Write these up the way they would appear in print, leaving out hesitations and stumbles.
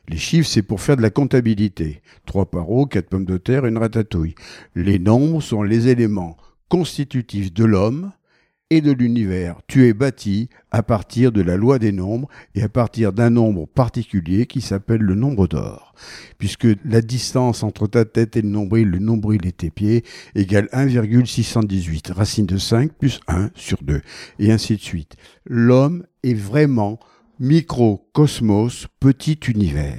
Les chiffres, c'est pour faire de la comptabilité. 3 poireaux, 4 pommes de terre, une ratatouille. Les nombres sont les éléments constitutifs de l'homme et de l'univers. Tu es bâti à partir de la loi des nombres et à partir d'un nombre particulier qui s'appelle le nombre d'or. Puisque la distance entre ta tête et le nombril et tes pieds égale 1,618. Racine de 5 plus 1 sur 2. Et ainsi de suite. L'homme est vraiment microcosmos, petit univers.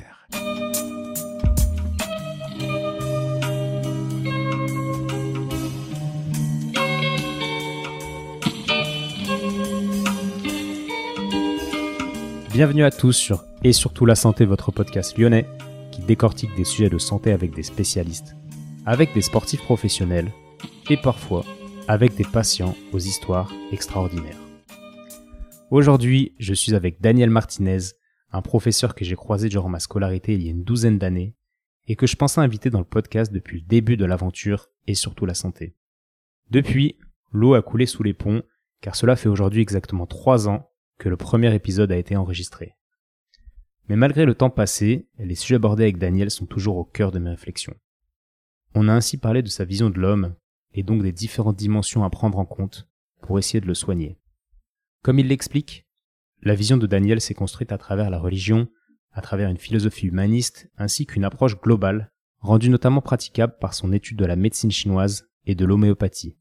Bienvenue à tous sur Et surtout la santé, votre podcast lyonnais qui décortique des sujets de santé avec des spécialistes, avec des sportifs professionnels et parfois avec des patients aux histoires extraordinaires. Aujourd'hui, je suis avec Daniel Martinez, un professeur que j'ai croisé durant ma scolarité il y a une douzaine d'années et que je pensais inviter dans le podcast depuis le début de l'aventure Et surtout la santé. Depuis, l'eau a coulé sous les ponts car cela fait aujourd'hui exactement 3 ans que le premier épisode a été enregistré. Mais malgré le temps passé, les sujets abordés avec Daniel sont toujours au cœur de mes réflexions. On a ainsi parlé de sa vision de l'homme, et donc des différentes dimensions à prendre en compte pour essayer de le soigner. Comme il l'explique, la vision de Daniel s'est construite à travers la religion, à travers une philosophie humaniste, ainsi qu'une approche globale, rendue notamment praticable par son étude de la médecine chinoise et de l'homéopathie.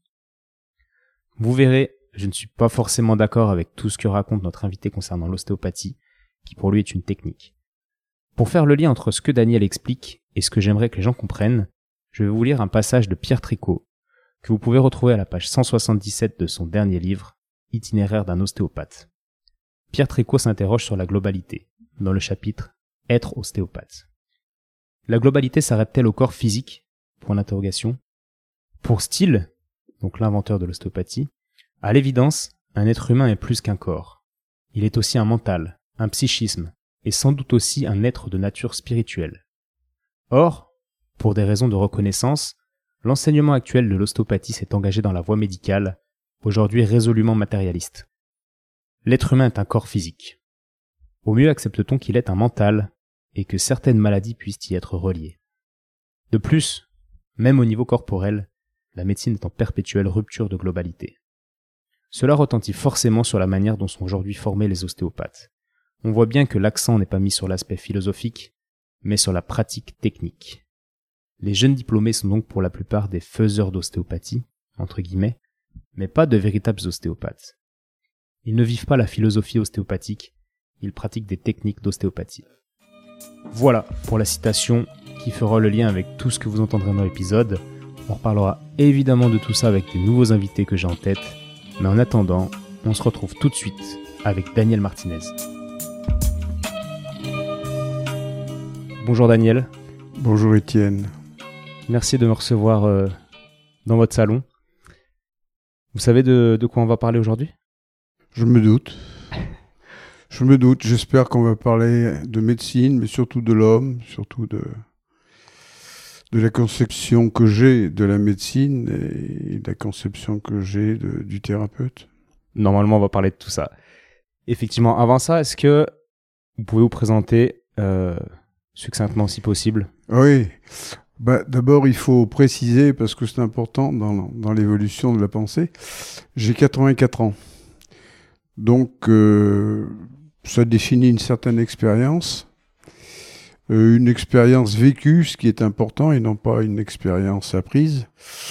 Vous verrez, je ne suis pas forcément d'accord avec tout ce que raconte notre invité concernant l'ostéopathie, qui pour lui est une technique. Pour faire le lien entre ce que Daniel explique et ce que j'aimerais que les gens comprennent, je vais vous lire un passage de Pierre Tricot, que vous pouvez retrouver à la page 177 de son dernier livre, Itinéraire d'un ostéopathe. Pierre Tricot s'interroge sur la globalité, dans le chapitre « Être ostéopathe ». La globalité s'arrête-t-elle au corps physique ? Point d'interrogation. Pour Steele, donc l'inventeur de l'ostéopathie, à l'évidence, un être humain est plus qu'un corps. Il est aussi un mental, un psychisme, et sans doute aussi un être de nature spirituelle. Or, pour des raisons de reconnaissance, l'enseignement actuel de l'ostéopathie s'est engagé dans la voie médicale, aujourd'hui résolument matérialiste. L'être humain est un corps physique. Au mieux accepte-t-on qu'il est un mental, et que certaines maladies puissent y être reliées. De plus, même au niveau corporel, la médecine est en perpétuelle rupture de globalité. Cela retentit forcément sur la manière dont sont aujourd'hui formés les ostéopathes. On voit bien que l'accent n'est pas mis sur l'aspect philosophique, mais sur la pratique technique. Les jeunes diplômés sont donc pour la plupart des faiseurs d'ostéopathie, entre guillemets, mais pas de véritables ostéopathes. Ils ne vivent pas la philosophie ostéopathique, ils pratiquent des techniques d'ostéopathie. Voilà pour la citation qui fera le lien avec tout ce que vous entendrez dans l'épisode. On reparlera évidemment de tout ça avec des nouveaux invités que j'ai en tête. Mais en attendant, on se retrouve tout de suite avec Daniel Martinez. Bonjour Daniel. Bonjour Étienne. Merci de me recevoir dans votre salon. Vous savez de quoi on va parler aujourd'hui ? Je me doute. J'espère qu'on va parler de médecine, mais surtout de l'homme, surtout de la conception que j'ai de la médecine et de la conception que j'ai du thérapeute. Normalement, on va parler de tout ça. Effectivement, avant ça, est-ce que vous pouvez vous présenter succinctement si possible ? Oui. D'abord, il faut préciser, parce que c'est important dans l'évolution de la pensée, j'ai 84 ans. Donc, ça définit une certaine expérience. Une expérience vécue, ce qui est important, et non pas une expérience apprise.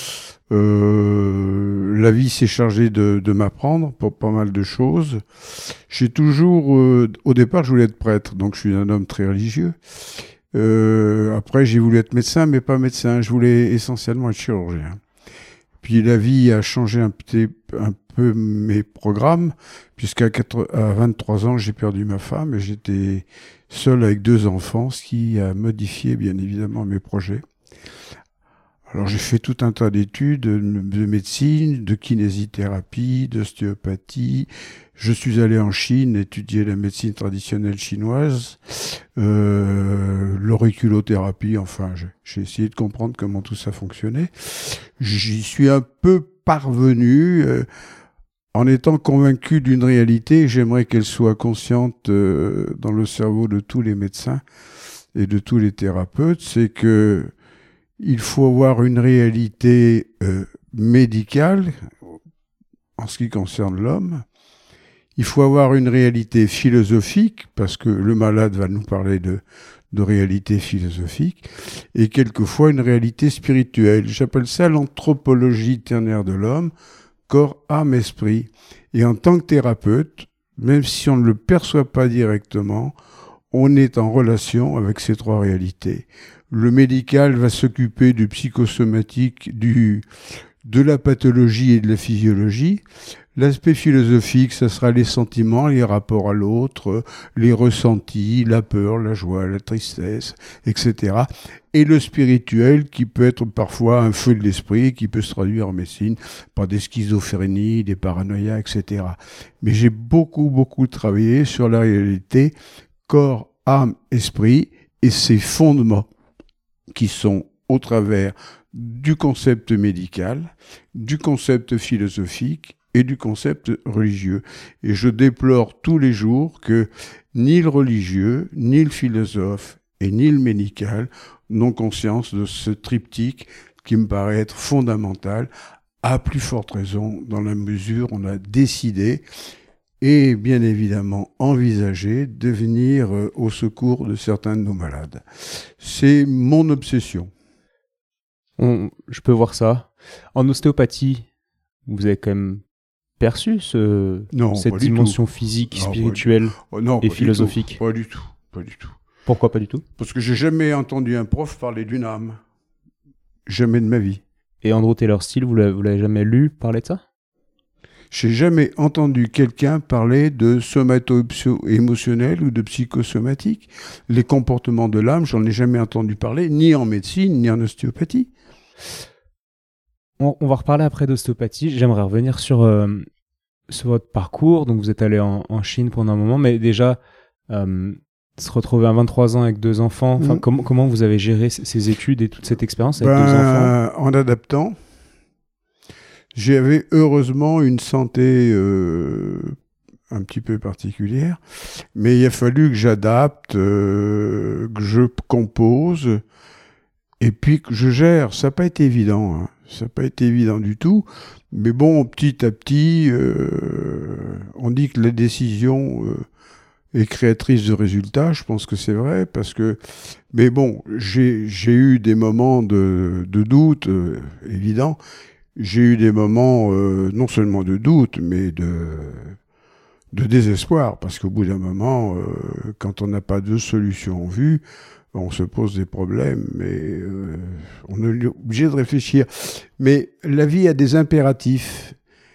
La vie s'est chargée de m'apprendre pour pas mal de choses. J'ai toujours, au départ, je voulais être prêtre, donc je suis un homme très religieux. Après, j'ai voulu être médecin, mais pas médecin. Je voulais essentiellement être chirurgien. Puis la vie a changé un peu mes programmes, puisqu'à 23 ans, j'ai perdu ma femme et j'étais seul avec 2 enfants, ce qui a modifié bien évidemment mes projets. Alors j'ai fait tout un tas d'études de médecine, de kinésithérapie, d'ostéopathie. Je suis allé en Chine étudier la médecine traditionnelle chinoise, l'auriculothérapie, enfin j'ai essayé de comprendre comment tout ça fonctionnait. J'y suis un peu parvenu en étant convaincu d'une réalité. J'aimerais qu'elle soit consciente dans le cerveau de tous les médecins. et de tous les thérapeutes, c'est que il faut avoir une réalité médicale en ce qui concerne l'homme. Il faut avoir une réalité philosophique, parce que le malade va nous parler de réalité philosophique, et quelquefois une réalité spirituelle. J'appelle ça l'anthropologie ternaire de l'homme, corps, âme, esprit. Et en tant que thérapeute, même si on ne le perçoit pas directement, on est en relation avec ces trois réalités. Le médical va s'occuper du psychosomatique, de la pathologie et de la physiologie. L'aspect philosophique, ça sera les sentiments, les rapports à l'autre, les ressentis, la peur, la joie, la tristesse, etc. Et le spirituel, qui peut être parfois un feu de l'esprit, qui peut se traduire en médecine par des schizophrénies, des paranoïas, etc. Mais j'ai beaucoup travaillé sur la réalité corps, âme, esprit, et ses fondements, qui sont au travers du concept médical, du concept philosophique et du concept religieux. Et je déplore tous les jours que ni le religieux, ni le philosophe et ni le médical n'ont conscience de ce triptyque qui me paraît être fondamental, à plus forte raison dans la mesure où on a décidé et bien évidemment envisagé de venir au secours de certains de nos malades. C'est mon obsession. Je peux voir ça. En ostéopathie, vous avez quand même perçu cette dimension physique, spirituelle et philosophique? Pas du tout. Pourquoi pas du tout? Parce que j'ai jamais entendu un prof parler d'une âme. Jamais de ma vie. Et Andrew Taylor Still, vous l'avez jamais lu parler de ça? J'ai jamais entendu quelqu'un parler de somato-émotionnel ou de psychosomatique. Les comportements de l'âme, j'en ai jamais entendu parler, ni en médecine, ni en ostéopathie. On va reparler après d'ostéopathie. J'aimerais revenir sur votre parcours. Donc, vous êtes allé en Chine pendant un moment, mais déjà, se retrouver à 23 ans avec 2 enfants, comment vous avez géré ces études et toute cette expérience avec 2 enfants? En adaptant. J'avais heureusement une santé un petit peu particulière, mais il a fallu que j'adapte, que je compose, et puis que je gère. Ça n'a pas été évident, hein. Ça n'a pas été évident du tout, mais bon, petit à petit, on dit que la décision est créatrice de résultats. Je pense que c'est vrai, parce que, mais bon, j'ai eu des moments de doute évident. J'ai eu des moments non seulement de doute, mais de désespoir, parce qu'au bout d'un moment, quand on n'a pas de solution en vue, on se pose des problèmes, mais on est obligé de réfléchir. Mais la vie a des impératifs,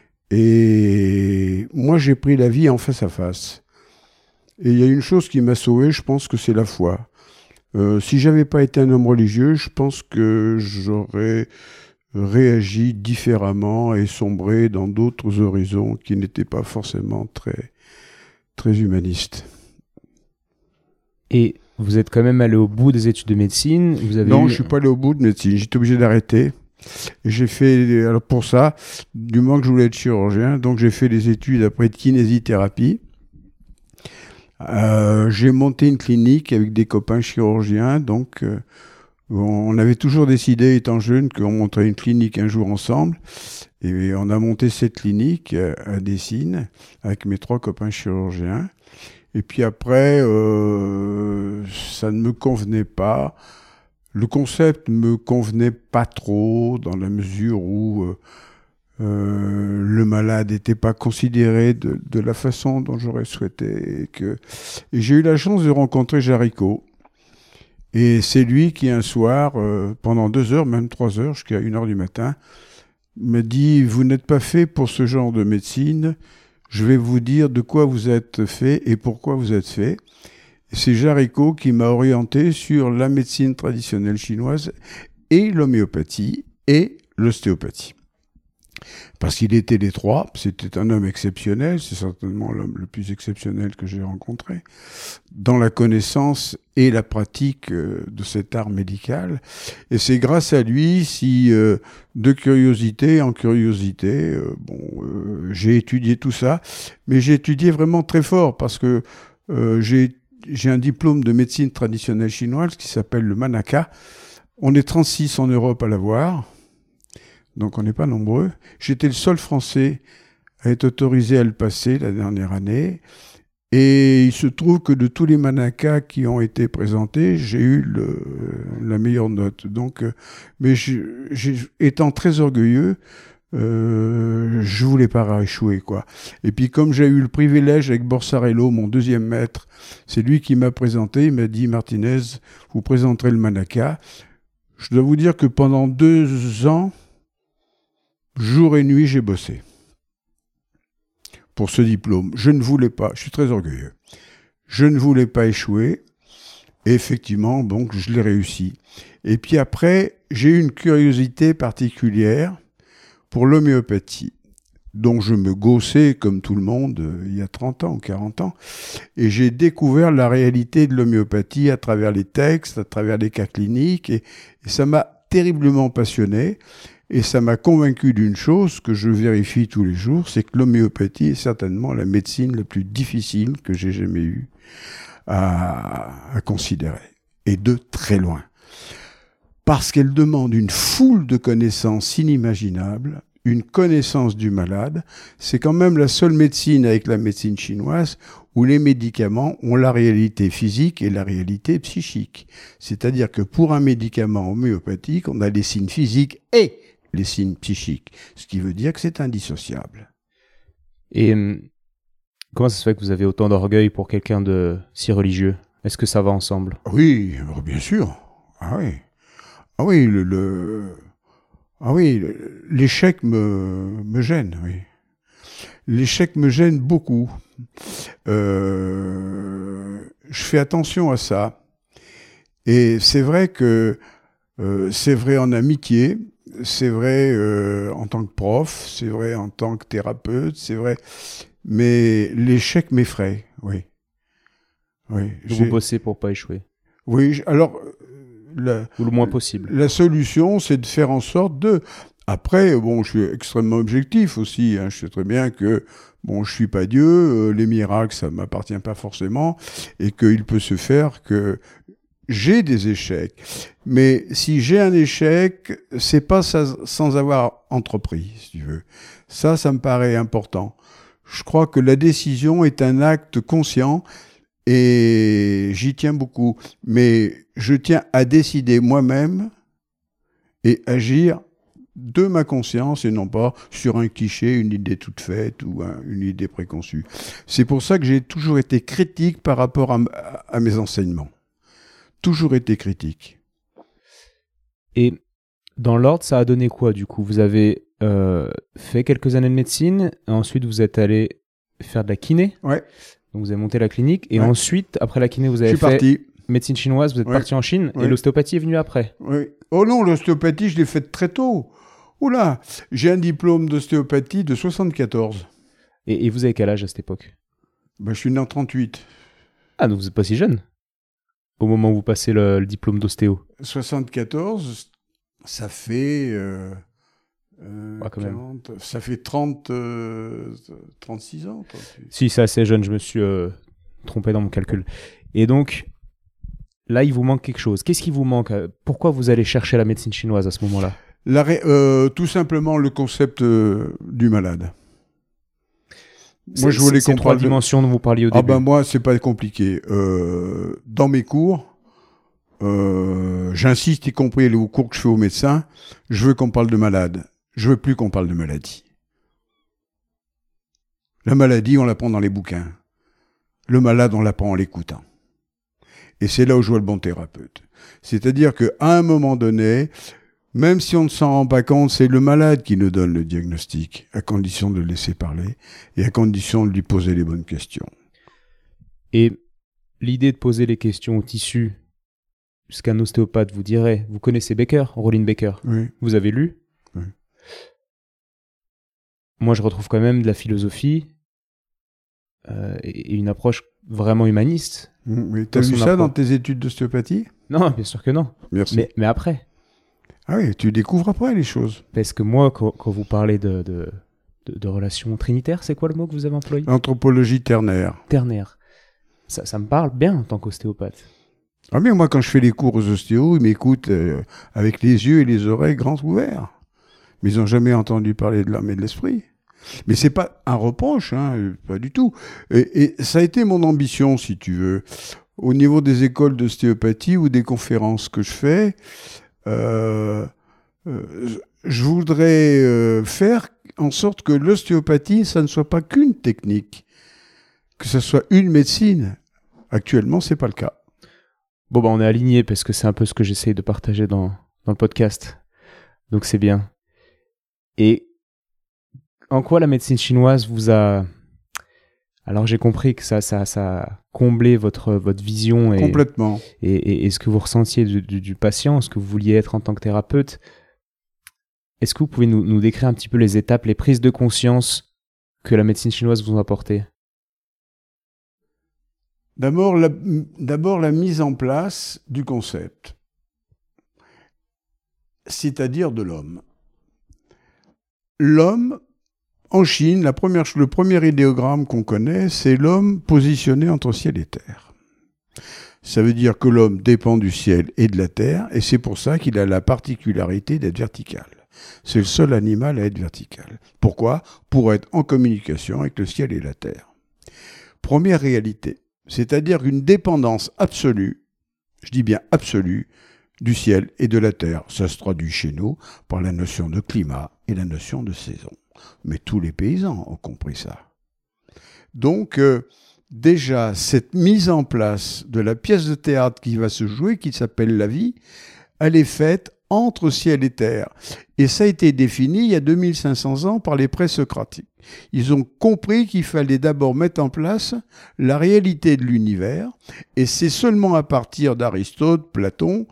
et moi j'ai pris la vie en face à face. Et il y a une chose qui m'a sauvé, je pense que c'est la foi. Si j'avais pas été un homme religieux, je pense que j'aurais réagi différemment et sombré dans d'autres horizons qui n'étaient pas forcément très humanistes. Et vous êtes quand même allé au bout des études de médecine? Non, je ne suis pas allé au bout de médecine. J'étais obligé d'arrêter. Et j'ai fait, alors pour ça, du moment que je voulais être chirurgien, donc j'ai fait des études après de kinésithérapie. J'ai monté une clinique avec des copains chirurgiens, donc on avait toujours décidé, étant jeune, qu'on monterait une clinique un jour ensemble. Et on a monté cette clinique à Dessines avec mes 3 copains chirurgiens. Et puis après, ça ne me convenait pas. Le concept ne me convenait pas trop, dans la mesure où le malade n'était pas considéré de la façon dont j'aurais souhaité. Et j'ai eu la chance de rencontrer Jaricot. Et c'est lui qui, un soir, pendant 2 heures, même 3 heures, jusqu'à 1 heure du matin, me dit « Vous n'êtes pas fait pour ce genre de médecine. Je vais vous dire de quoi vous êtes fait et pourquoi vous êtes fait. » C'est Jaricot qui m'a orienté sur la médecine traditionnelle chinoise et l'homéopathie et l'ostéopathie. Parce qu'il était les 3, c'était un homme exceptionnel, c'est certainement l'homme le plus exceptionnel que j'ai rencontré, dans la connaissance et la pratique de cet art médical. Et c'est grâce à lui si, de curiosité en curiosité, j'ai étudié tout ça, mais j'ai étudié vraiment très fort, parce que j'ai j'ai un diplôme de médecine traditionnelle chinoise qui s'appelle le Manaka. On est 36 en Europe à l'avoir, donc on n'est pas nombreux. J'étais le seul Français à être autorisé à le passer la dernière année. Et il se trouve que de tous les Manaka qui ont été présentés, j'ai eu la meilleure note. Donc, mais étant très orgueilleux, je voulais pas échouer, quoi. Et puis comme j'ai eu le privilège avec Borsarello, mon deuxième maître, c'est lui qui m'a présenté, il m'a dit: Martinez, vous présenterez le Manaka. Je dois vous dire que pendant 2 ans, jour et nuit, j'ai bossé pour ce diplôme. Je ne voulais pas, je suis très orgueilleux, je ne voulais pas échouer. Et effectivement, donc je l'ai réussi. Et puis après, j'ai eu une curiosité particulière pour l'homéopathie, dont je me gaussais comme tout le monde il y a 30 ans ou 40 ans. Et j'ai découvert la réalité de l'homéopathie à travers les textes, à travers les cas cliniques. Et ça m'a terriblement passionné. Et ça m'a convaincu d'une chose que je vérifie tous les jours, c'est que l'homéopathie est certainement la médecine la plus difficile que j'ai jamais eu à considérer. Et de très loin. Parce qu'elle demande une foule de connaissances inimaginables, une connaissance du malade. C'est quand même la seule médecine avec la médecine chinoise où les médicaments ont la réalité physique et la réalité psychique. C'est-à-dire que pour un médicament homéopathique, on a les signes physiques et les signes psychiques, ce qui veut dire que c'est indissociable. Et comment ça se fait que vous avez autant d'orgueil pour quelqu'un de si religieux? Est-ce que ça va ensemble? Oui, bien sûr. Ah oui. Ah oui, l'échec me gêne, oui. L'échec me gêne beaucoup. Je fais attention à ça. Et c'est vrai que c'est vrai en amitié, c'est vrai en tant que prof, c'est vrai en tant que thérapeute, c'est vrai. Mais l'échec m'effraie, oui. Oui. Vous bossez pour pas échouer? Oui, alors... ou le moins possible. La solution, c'est de faire en sorte de... Après, bon, je suis extrêmement objectif aussi. Je sais très bien que, bon, je suis pas Dieu, les miracles, ça m'appartient pas forcément, et qu'il peut se faire que j'ai des échecs. Mais si j'ai un échec, c'est pas sans avoir entrepris, si tu veux. Ça me paraît important. Je crois que la décision est un acte conscient, et j'y tiens beaucoup. Mais je tiens à décider moi-même et agir de ma conscience et non pas sur un cliché, une idée toute faite ou une idée préconçue. C'est pour ça que j'ai toujours été critique par rapport à mes enseignements. Toujours été critique. Et dans l'ordre, ça a donné quoi du coup? Vous avez fait quelques années de médecine, et ensuite vous êtes allé faire de la kiné. Ouais. Donc vous avez monté la clinique, et ensuite, après la kiné, vous avez fait parti. Médecine chinoise, vous êtes parti en Chine, et l'ostéopathie est venue après. Oui. Oh non, l'ostéopathie, je l'ai faite très tôt. Oula, j'ai un diplôme d'ostéopathie de 74. Et vous avez quel âge à cette époque? Je suis né en 38. Ah, donc vous n'êtes pas si jeune au moment où vous passez le diplôme d'ostéo. 74, ça fait... quand même. Ça fait 36 ans. Si, c'est assez jeune, je me suis trompé dans mon calcul. Et donc, là, il vous manque quelque chose. Qu'est-ce qui vous manque? Pourquoi vous allez chercher la médecine chinoise à ce moment-là? Tout simplement le concept du malade. Moi, je voulais ces trois dimensions dont vous parliez au début. Moi, c'est pas compliqué. Dans mes cours, j'insiste, y compris les cours que je fais aux médecins, je veux qu'on parle de malade. Je veux plus qu'on parle de maladie. La maladie, on l'apprend dans les bouquins. Le malade, on l'apprend en l'écoutant. Et c'est là où je vois le bon thérapeute. C'est-à-dire qu'à un moment donné, même si on ne s'en rend pas compte, c'est le malade qui nous donne le diagnostic, à condition de le laisser parler et à condition de lui poser les bonnes questions. Et l'idée de poser les questions au tissu, ce qu'un ostéopathe vous dirait, vous connaissez Becker, Rollin Becker? Oui. Vous avez lu? Oui. Moi, je retrouve quand même de la philosophie et une approche vraiment humaniste. Oui. T'as vu ça dans tes études d'ostéopathie? Non, bien sûr que non. Merci. Mais après. Ah oui, tu découvres après les choses. Parce que moi, quand vous parlez de relations trinitaires, c'est quoi le mot que vous avez employé? Anthropologie ternaire. Ternaire. Ça me parle bien en tant qu'ostéopathe. Ah bien, moi, quand je fais les cours aux ostéos, ils m'écoutent avec les yeux et les oreilles grands ouverts. Mais ils n'ont jamais entendu parler de l'âme et de l'esprit. Mais c'est pas un reproche, hein, pas du tout. Et ça a été mon ambition, si tu veux, au niveau des écoles d'ostéopathie ou des conférences que je fais. Je voudrais faire en sorte que l'ostéopathie, ça ne soit pas qu'une technique, que ça soit une médecine. Actuellement, c'est pas le cas. Bon, on est aligné parce que c'est un peu ce que j'essaye de partager dans le podcast. Donc c'est bien. Et en quoi la médecine chinoise vous a... Alors j'ai compris que ça a comblé votre vision Complètement. Et ce que vous ressentiez du patient, ce que vous vouliez être en tant que thérapeute. Est-ce que vous pouvez nous décrire un petit peu les étapes, les prises de conscience que la médecine chinoise vous a apportées ? D'abord la mise en place du concept, c'est-à-dire de l'homme. L'homme, en Chine, le premier idéogramme qu'on connaît, c'est l'homme positionné entre ciel et terre. Ça veut dire que l'homme dépend du ciel et de la terre, et c'est pour ça qu'il a la particularité d'être vertical. C'est le seul animal à être vertical. Pourquoi ? Pour être en communication avec le ciel et la terre. Première réalité, c'est-à-dire une dépendance absolue, je dis bien absolue, du ciel et de la terre. Ça se traduit chez nous par la notion de climat et la notion de saison. Mais tous les paysans ont compris ça. Donc, déjà, cette mise en place de la pièce de théâtre qui va se jouer, qui s'appelle la vie, elle est faite entre ciel et terre. Et ça a été défini il y a 2500 ans par les présocratiques. Ils ont compris qu'il fallait d'abord mettre en place la réalité de l'univers, et c'est seulement à partir d'Aristote, Platon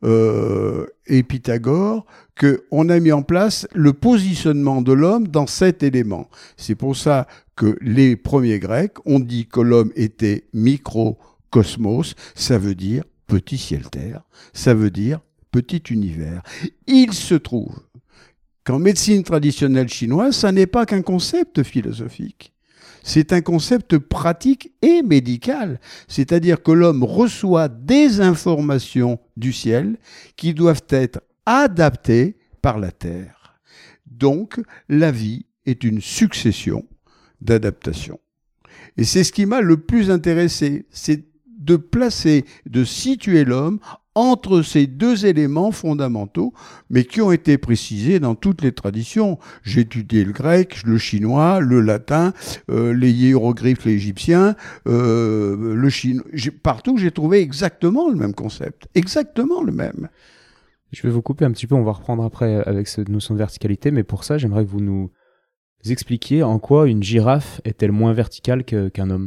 et Pythagore qu'on a mis en place le positionnement de l'homme dans 7 éléments. C'est pour ça que les premiers Grecs ont dit que l'homme était microcosmos, ça veut dire petit ciel-terre, ça veut dire petit univers. Il se trouve qu'en médecine traditionnelle chinoise, ça n'est pas qu'un concept philosophique. C'est un concept pratique et médical. C'est-à-dire que l'homme reçoit des informations du ciel qui doivent être adaptées par la terre. Donc, la vie est une succession d'adaptations. Et c'est ce qui m'a le plus intéressé, c'est de placer, de situer l'homme entre ces deux éléments fondamentaux, mais qui ont été précisés dans toutes les traditions. J'ai étudié le grec, le chinois, le latin, les hiéroglyphes égyptiens, le chinois. Partout, j'ai trouvé exactement le même concept, exactement le même. Je vais vous couper un petit peu, on va reprendre après avec cette notion de verticalité, mais pour ça, j'aimerais que vous nous expliquiez en quoi une girafe est-elle moins verticale qu'un homme ?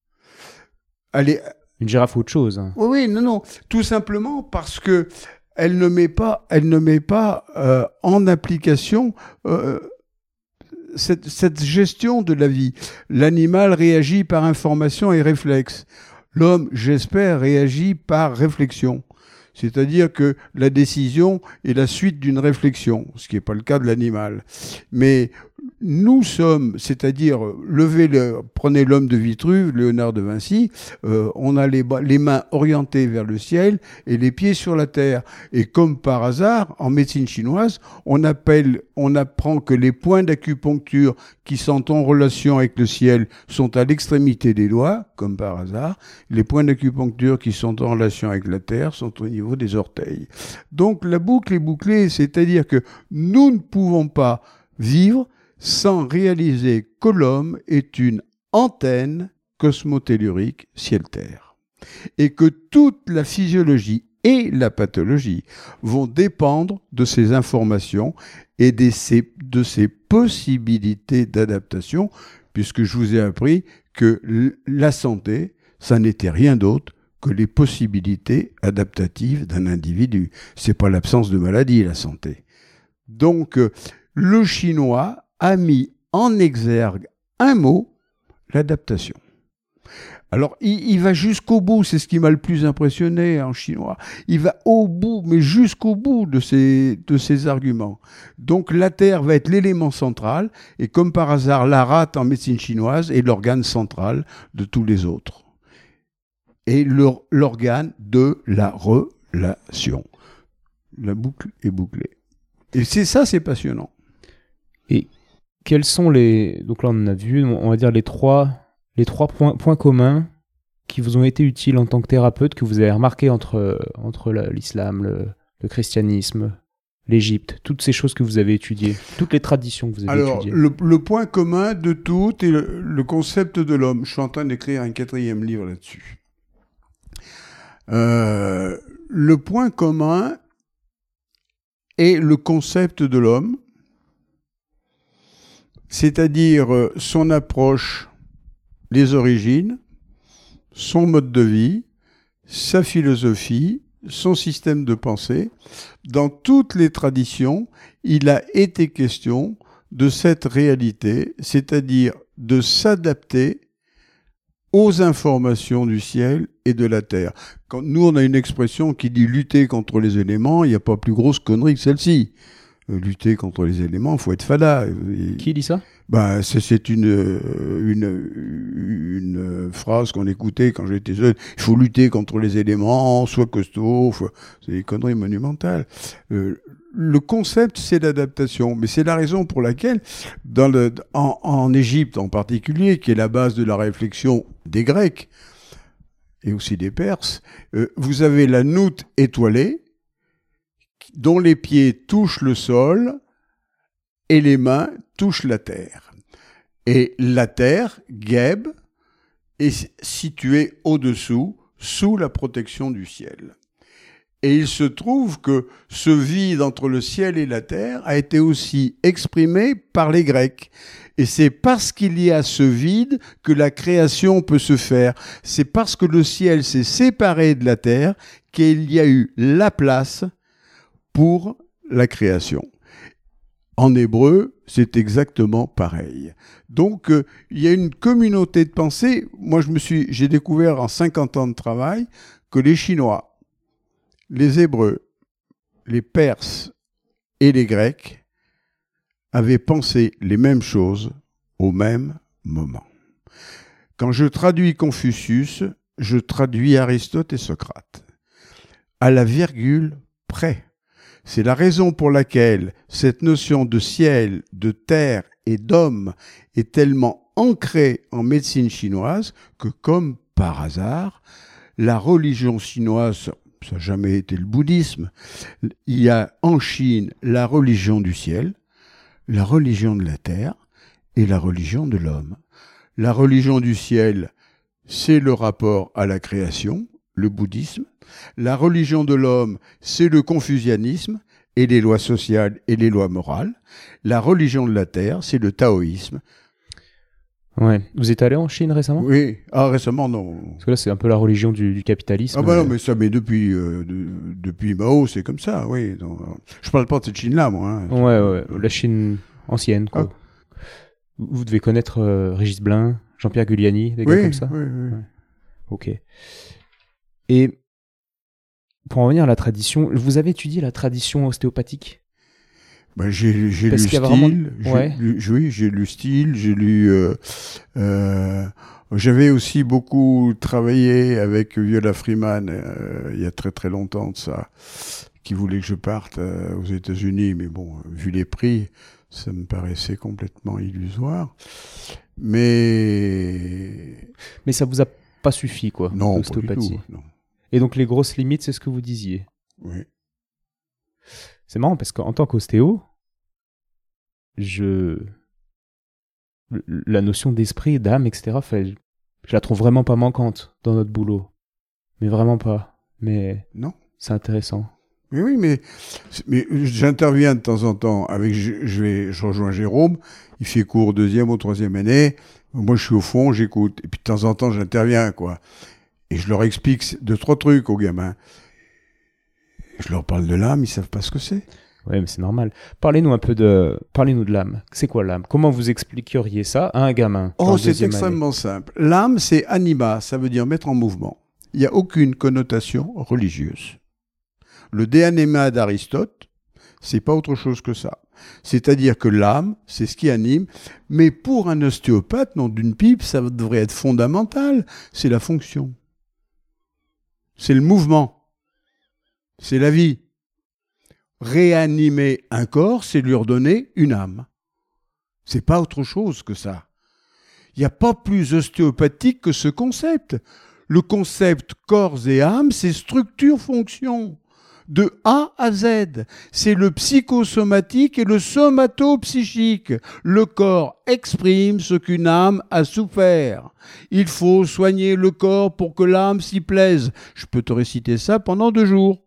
Allez. Une girafe ou autre chose. Oui, non. Tout simplement parce que elle ne met pas en application cette gestion de la vie. L'animal réagit par information et réflexe. L'homme, j'espère, réagit par réflexion. C'est-à-dire que la décision est la suite d'une réflexion, ce qui n'est pas le cas de l'animal. Mais nous sommes, c'est-à-dire, prenez l'homme de Vitruve, Léonard de Vinci, on a les mains orientées vers le ciel et les pieds sur la terre. Et comme par hasard, en médecine chinoise, on apprend que les points d'acupuncture qui sont en relation avec le ciel sont à l'extrémité des doigts, comme par hasard. Les points d'acupuncture qui sont en relation avec la terre sont au niveau des orteils. Donc la boucle est bouclée, c'est-à-dire que nous ne pouvons pas vivre sans réaliser que l'homme est une antenne cosmotellurique ciel-terre. Et que toute la physiologie et la pathologie vont dépendre de ces informations et de ces possibilités d'adaptation, puisque je vous ai appris que la santé, ça n'était rien d'autre que les possibilités adaptatives d'un individu. C'est pas l'absence de maladie, la santé. Donc, le chinois a mis en exergue un mot, l'adaptation. Alors, il va jusqu'au bout, c'est ce qui m'a le plus impressionné en chinois. Il va au bout, mais jusqu'au bout de ses arguments. Donc, la terre va être l'élément central, et comme par hasard, la rate en médecine chinoise est l'organe central de tous les autres. est l'organe de la relation. La boucle est bouclée. Et c'est passionnant. Et quels sont les... Donc là, on en a vu, on va dire les trois points communs qui vous ont été utiles en tant que thérapeute, que vous avez remarqué entre l'islam, le christianisme, l'Égypte, toutes ces choses que vous avez étudiées, toutes les traditions que vous avez étudiées. Alors, le point commun de tout est le concept de l'homme. Je suis en train d'écrire un 4e livre là-dessus. Le point commun est le concept de l'homme, c'est-à-dire son approche, les origines, son mode de vie, sa philosophie, son système de pensée. Dans toutes les traditions, il a été question de cette réalité, c'est-à-dire de s'adapter aux informations du ciel et de la terre. Quand nous, on a une expression qui dit lutter contre les éléments, il n'y a pas plus grosse connerie que celle-ci. Lutter contre les éléments, il faut être fada. Qui dit ça ? C'est une phrase qu'on écoutait quand j'étais jeune. Il faut lutter contre les éléments, sois costaud. C'est des conneries monumentales. Le concept, c'est l'adaptation. Mais c'est la raison pour laquelle, en Égypte en particulier, qui est la base de la réflexion des Grecs et aussi des Perses, vous avez la noute étoilée, dont les pieds touchent le sol et les mains touchent la terre. Et la terre, Geb, est située au-dessous, sous la protection du ciel. Et il se trouve que ce vide entre le ciel et la terre a été aussi exprimé par les Grecs. Et c'est parce qu'il y a ce vide que la création peut se faire. C'est parce que le ciel s'est séparé de la terre qu'il y a eu la place pour la création. En hébreu, c'est exactement pareil. Donc, il y a une communauté de pensée. Moi, j'ai découvert en 50 ans de travail que les Chinois, les Hébreux, les Perses et les Grecs avaient pensé les mêmes choses au même moment. Quand je traduis Confucius, je traduis Aristote et Socrate, à la virgule près. C'est la raison pour laquelle cette notion de ciel, de terre et d'homme est tellement ancrée en médecine chinoise que, comme par hasard, la religion chinoise, ça n'a jamais été le bouddhisme, il y a en Chine la religion du ciel, la religion de la terre et la religion de l'homme. La religion du ciel, c'est le rapport à la création, le bouddhisme. La religion de l'homme, c'est le confucianisme et les lois sociales et les lois morales. La religion de la terre, c'est le taoïsme. Ouais. Vous êtes allé en Chine récemment ? Oui. Ah, récemment, non. Parce que là, c'est un peu la religion du capitalisme. Ah bah non, mais depuis Mao, c'est comme ça, oui. Donc, je parle pas de cette Chine-là, moi. Hein. Ouais. La Chine ancienne, quoi. Ah. Vous devez connaître Régis Blin, Jean-Pierre Guliani, des gars comme ça ? Oui. Ouais. Ok. Et pour en revenir à la tradition, vous avez étudié la tradition ostéopathique ? J'ai lu Style, j'ai lu Style, j'ai lu... j'avais aussi beaucoup travaillé avec Viola Freeman, il y a très très longtemps de ça, qui voulait que je parte aux États-Unis, mais bon, vu les prix, ça me paraissait complètement illusoire. Mais ça vous a pas suffi, quoi, non, l'ostéopathie. Pas du tout, non. Et donc les grosses limites, c'est ce que vous disiez. Oui. C'est marrant parce qu'en tant qu'ostéo, la notion d'esprit, d'âme, etc., je la trouve vraiment pas manquante dans notre boulot. Mais vraiment pas. Mais non. C'est intéressant. Oui, mais j'interviens de temps en temps avec, je rejoins Jérôme, il fait cours 2e ou 3e année, moi je suis au fond, j'écoute, et puis de temps en temps j'interviens, quoi. Et je leur explique 2-3 trucs aux gamins. Je leur parle de l'âme, ils savent pas ce que c'est. Oui, mais c'est normal. Parlez-nous de l'âme. C'est quoi l'âme ? Comment vous expliqueriez ça à un gamin ? C'est extrêmement simple. L'âme, c'est anima, ça veut dire mettre en mouvement. Il n'y a aucune connotation religieuse. Le de anima d'Aristote, c'est pas autre chose que ça. C'est-à-dire que l'âme, c'est ce qui anime, mais pour un ostéopathe, non d'une pipe, ça devrait être fondamental, c'est la fonction. c'est le mouvement, c'est la vie. Réanimer un corps, c'est lui redonner une âme. C'est pas autre chose que ça. Il n'y a pas plus ostéopathique que ce concept. Le concept corps et âme, c'est structure-fonction. De A à Z. C'est le psychosomatique et le somato-psychique. Le corps exprime ce qu'une âme a souffert. Il faut soigner le corps pour que l'âme s'y plaise. Je peux te réciter ça pendant 2 jours.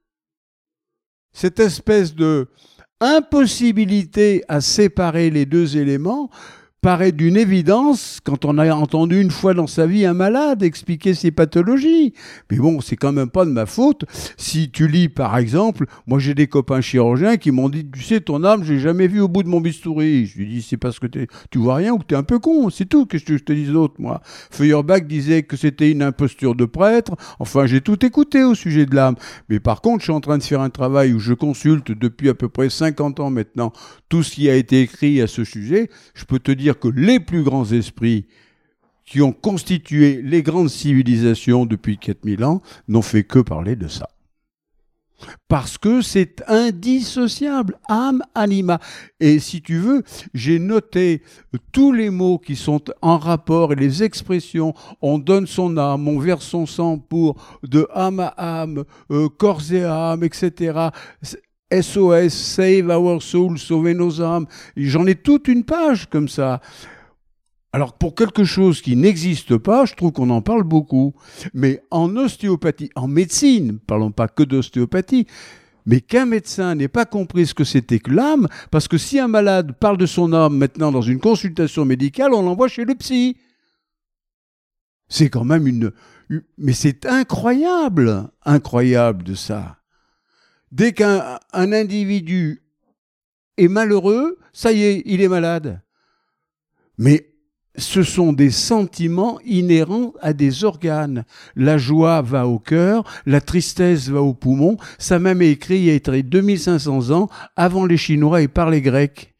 Cette espèce de impossibilité à séparer les 2 éléments paraît d'une évidence quand on a entendu une fois dans sa vie un malade expliquer ses pathologies. Mais bon, c'est quand même pas de ma faute. Si tu lis, par exemple, moi j'ai des copains chirurgiens qui m'ont dit, tu sais, ton âme, je l'ai jamais vue au bout de mon bistouri. Je lui dis, c'est parce que tu vois rien ou que t'es un peu con, c'est tout. Qu'est-ce que je te dis d'autre, moi? Feuerbach disait que c'était une imposture de prêtre. Enfin, j'ai tout écouté au sujet de l'âme. Mais par contre, je suis en train de faire un travail où je consulte depuis à peu près 50 ans maintenant tout ce qui a été écrit à ce sujet. Je peux te dire que les plus grands esprits qui ont constitué les grandes civilisations depuis 4000 ans n'ont fait que parler de ça. Parce que c'est indissociable, âme, anima. Et si tu veux, j'ai noté tous les mots qui sont en rapport et les expressions. On donne son âme, on verse son sang pour de âme à âme, corps et âme, etc. SOS, Save Our Soul, sauver nos âmes. J'en ai toute une page comme ça. Alors pour quelque chose qui n'existe pas, je trouve qu'on en parle beaucoup. Mais en ostéopathie, en médecine, parlons pas que d'ostéopathie, mais qu'un médecin n'ait pas compris ce que c'était que l'âme, parce que si un malade parle de son âme maintenant dans une consultation médicale, on l'envoie chez le psy. C'est quand même mais c'est incroyable de ça. Dès qu'un individu est malheureux, ça y est, il est malade. Mais ce sont des sentiments inhérents à des organes. La joie va au cœur, la tristesse va aux poumons. Ça m'a même écrit il y a 2500 ans, avant les Chinois et par les Grecs.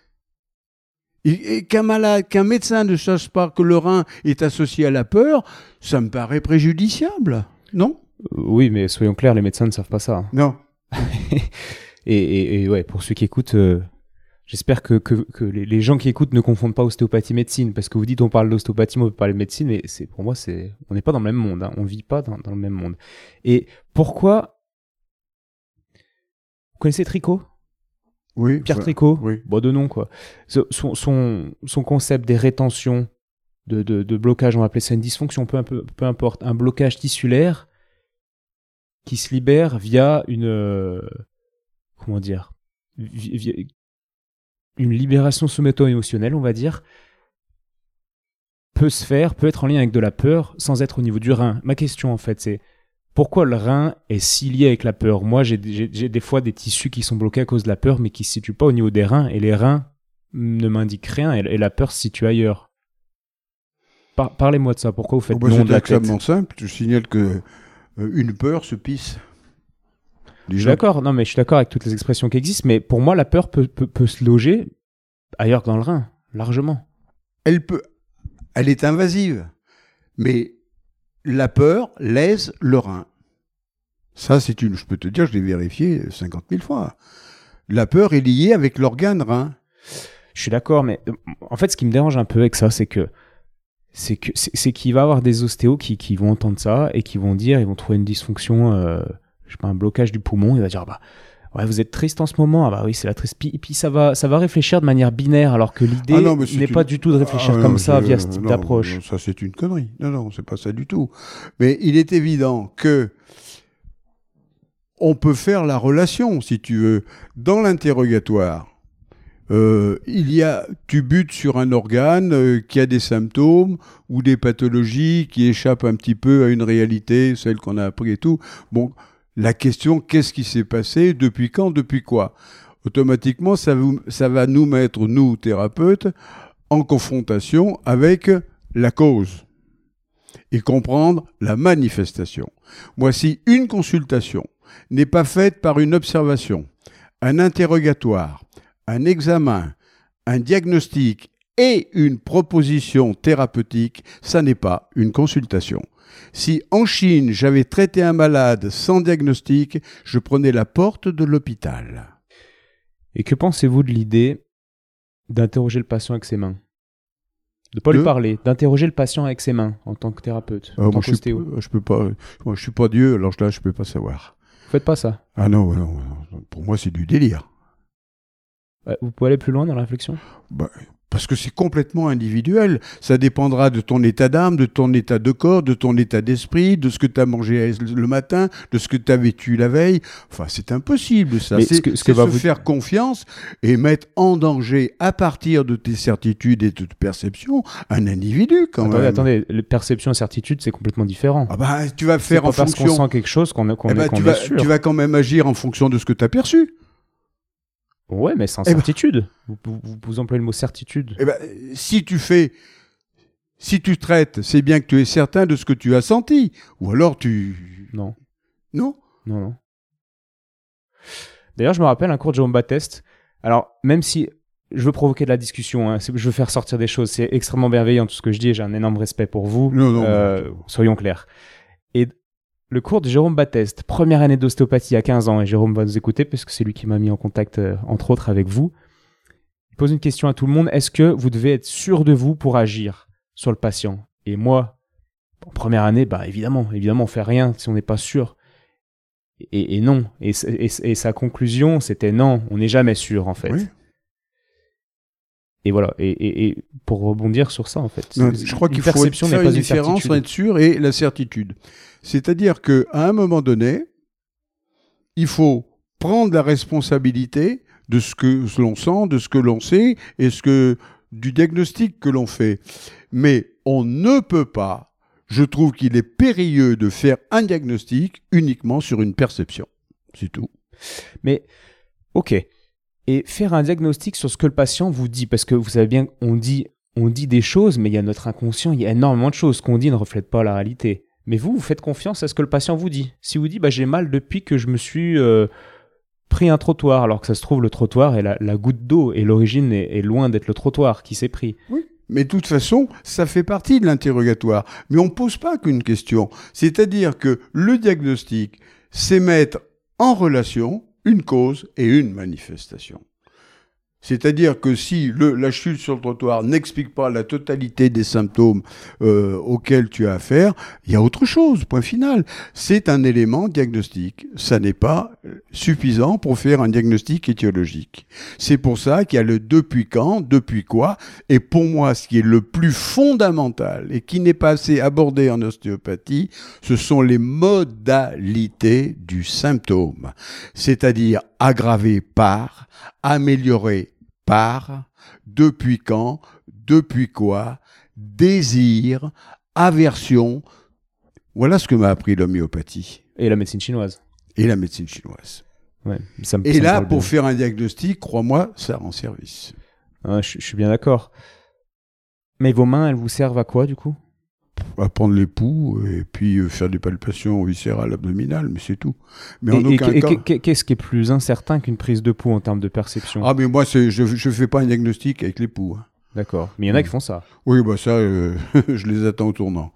Et qu'un médecin ne sache pas que le rein est associé à la peur, ça me paraît préjudiciable, non ? Oui, mais soyons clairs, les médecins ne savent pas ça. Non. et ouais, pour ceux qui écoutent, j'espère que les gens qui écoutent ne confondent pas ostéopathie médecine, parce que vous dites on parle d'ostéopathie, mais on peut parler de médecine, mais pour moi on n'est pas dans le même monde, hein, on vit pas dans le même monde. Et pourquoi vous connaissez Tricot? Oui. Pierre Tricot, oui. Bon de nom quoi. Son concept des rétentions, de blocage, on va appeler ça une dysfonction, peu importe, un blocage tissulaire qui se libère via une une libération somato-émotionnelle, on va dire, peut être en lien avec de la peur sans être au niveau du rein. Ma question en fait, c'est pourquoi le rein est si lié avec la peur? Moi, j'ai des fois des tissus qui sont bloqués à cause de la peur, mais qui se situent pas au niveau des reins, et les reins ne m'indiquent rien, et la peur se situe ailleurs. Parlez-moi de ça. Pourquoi vous faites non de la tête? C'est extrêmement simple. Je signale que une peur se pisse. Je suis d'accord. Non, mais je suis d'accord avec toutes les expressions qui existent. Mais pour moi, la peur peut se loger ailleurs que dans le rein, largement. Elle est invasive, mais la peur lèse le rein. Ça, je peux te dire, je l'ai vérifié 50 000 fois. La peur est liée avec l'organe rein. Je suis d'accord, mais en fait, ce qui me dérange un peu avec ça, c'est qu'il va y avoir des ostéos qui vont entendre ça et qui vont dire, ils vont trouver une dysfonction, je sais pas, un blocage du poumon, il va dire, bah, ouais, vous êtes triste en ce moment, ah bah oui, c'est la triste. Puis ça va réfléchir de manière binaire, alors que l'idée n'est pas du tout de réfléchir comme ça via ce type d'approche. Non, ça c'est une connerie. Non, c'est pas ça du tout. Mais il est évident que on peut faire la relation, si tu veux, dans l'interrogatoire. Tu butes sur un organe qui a des symptômes ou des pathologies qui échappent un petit peu à une réalité, celle qu'on a appris et tout. Bon, la question, qu'est-ce qui s'est passé, depuis quand, depuis quoi? Automatiquement, ça va nous mettre, nous, thérapeutes, en confrontation avec la cause et comprendre la manifestation. Moi, si une consultation n'est pas faite par une observation, un interrogatoire, un examen, un diagnostic et une proposition thérapeutique, ça n'est pas une consultation. Si en Chine, j'avais traité un malade sans diagnostic, je prenais la porte de l'hôpital. Et que pensez-vous de l'idée d'interroger le patient avec ses mains? De ne pas lui parler, d'interroger le patient avec ses mains en tant que thérapeute, en tant qu'ostéo. Je peux pas. Moi, je suis pas Dieu, alors là, je peux pas savoir. Vous faites pas ça? Ah non, pour moi, c'est du délire. Vous pouvez aller plus loin dans la réflexion? Parce que c'est complètement individuel. Ça dépendra de ton état d'âme, de ton état de corps, de ton état d'esprit, de ce que tu as mangé le matin, de ce que tu as vécu la veille. Enfin, c'est impossible, ça. C'est se faire confiance et mettre en danger, à partir de tes certitudes et de tes perceptions, un individu, quand même. Attendez, les perceptions et certitudes, c'est complètement différent. Tu vas faire en fonction... parce qu'on sent quelque chose qu'on est sûr. Tu vas quand même agir en fonction de ce que tu as perçu. Ouais, mais sans certitude. Vous employez le mot certitude. Si tu traites, c'est bien que tu es certain de ce que tu as senti. Ou alors tu... Non. Non ? Non. D'ailleurs, je me rappelle un cours de Jérôme Batteste. Alors, même si je veux provoquer de la discussion, je veux faire sortir des choses, c'est extrêmement bienveillant tout ce que je dis et j'ai un énorme respect pour vous. Soyons clairs. Et le cours de Jérôme Batteste, première année d'ostéopathie à 15 ans, et Jérôme va nous écouter parce que c'est lui qui m'a mis en contact, entre autres, avec vous. Il pose une question à tout le monde. Est-ce que vous devez être sûr de vous pour agir sur le patient? Et moi, en première année, évidemment, on fait rien si on n'est pas sûr. Et non. Et sa conclusion, c'était non, on n'est jamais sûr, en fait. Oui. Et voilà. Et pour rebondir sur ça, en fait. Je crois qu'il faut faire une différence entre être sûr et la certitude. C'est-à-dire qu'à un moment donné, il faut prendre la responsabilité de ce que l'on sent, de ce que l'on sait et du diagnostic que l'on fait. Mais on ne peut pas, je trouve qu'il est périlleux de faire un diagnostic uniquement sur une perception. C'est tout. Mais, ok. Et faire un diagnostic sur ce que le patient vous dit, parce que vous savez bien, on dit des choses, mais il y a notre inconscient, il y a énormément de choses. Ce qu'on dit ne reflète pas la réalité. Mais vous faites confiance à ce que le patient vous dit. Si vous dit, j'ai mal depuis que je me suis pris un trottoir, alors que ça se trouve, le trottoir est la goutte d'eau, et l'origine est loin d'être le trottoir qui s'est pris. Oui, mais de toute façon, ça fait partie de l'interrogatoire. Mais on ne pose pas qu'une question. C'est-à-dire que le diagnostic, c'est mettre en relation une cause et une manifestation. C'est-à-dire que si la chute sur le trottoir n'explique pas la totalité des symptômes auxquels tu as affaire, il y a autre chose, point final. C'est un élément diagnostique. Ça n'est pas suffisant pour faire un diagnostic étiologique. C'est pour ça qu'il y a le depuis quand, depuis quoi, et pour moi, ce qui est le plus fondamental et qui n'est pas assez abordé en ostéopathie, ce sont les modalités du symptôme. C'est-à-dire aggravé par, amélioré par, depuis quand, depuis quoi, désir, aversion. Voilà ce que m'a appris l'homéopathie. Et la médecine chinoise. Ouais, et là, pour faire un diagnostic, crois-moi, ça rend service. Je suis bien d'accord. Mais vos mains, elles vous servent à quoi, du coup ? À prendre les pouls et puis faire des palpations viscérales abdominales, mais c'est tout. Mais en aucun cas... Qu'est-ce qui est plus incertain qu'une prise de pouls en termes de perception ? Ah, mais moi, je fais pas un diagnostic avec les pouls. Hein. D'accord. Mais il y en a qui font ça. Oui, ça, je les attends au tournant.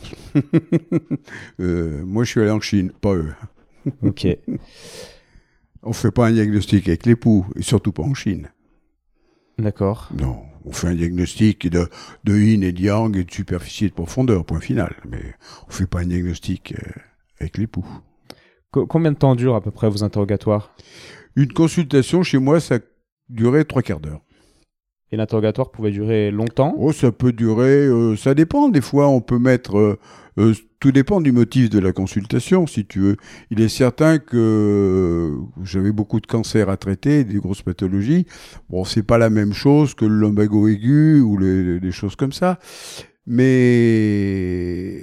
Moi, je suis allé en Chine, pas eux. Ok. On fait pas un diagnostic avec les pouls, et surtout pas en Chine. D'accord. Non, on fait un diagnostic de yin et de yang et de superficie et de profondeur, point final. Mais on fait pas un diagnostic avec les pouls. Combien de temps dure à peu près vos interrogatoires ? Une consultation chez moi, ça durait 3/4 d'heure. Et l'interrogatoire pouvait durer longtemps ? Oh, ça peut durer, ça dépend. Des fois, on peut mettre... tout dépend du motif de la consultation, si tu veux. Il est certain que j'avais beaucoup de cancers à traiter, des grosses pathologies. Bon, c'est pas la même chose que le lumbago aigu ou les choses comme ça. Mais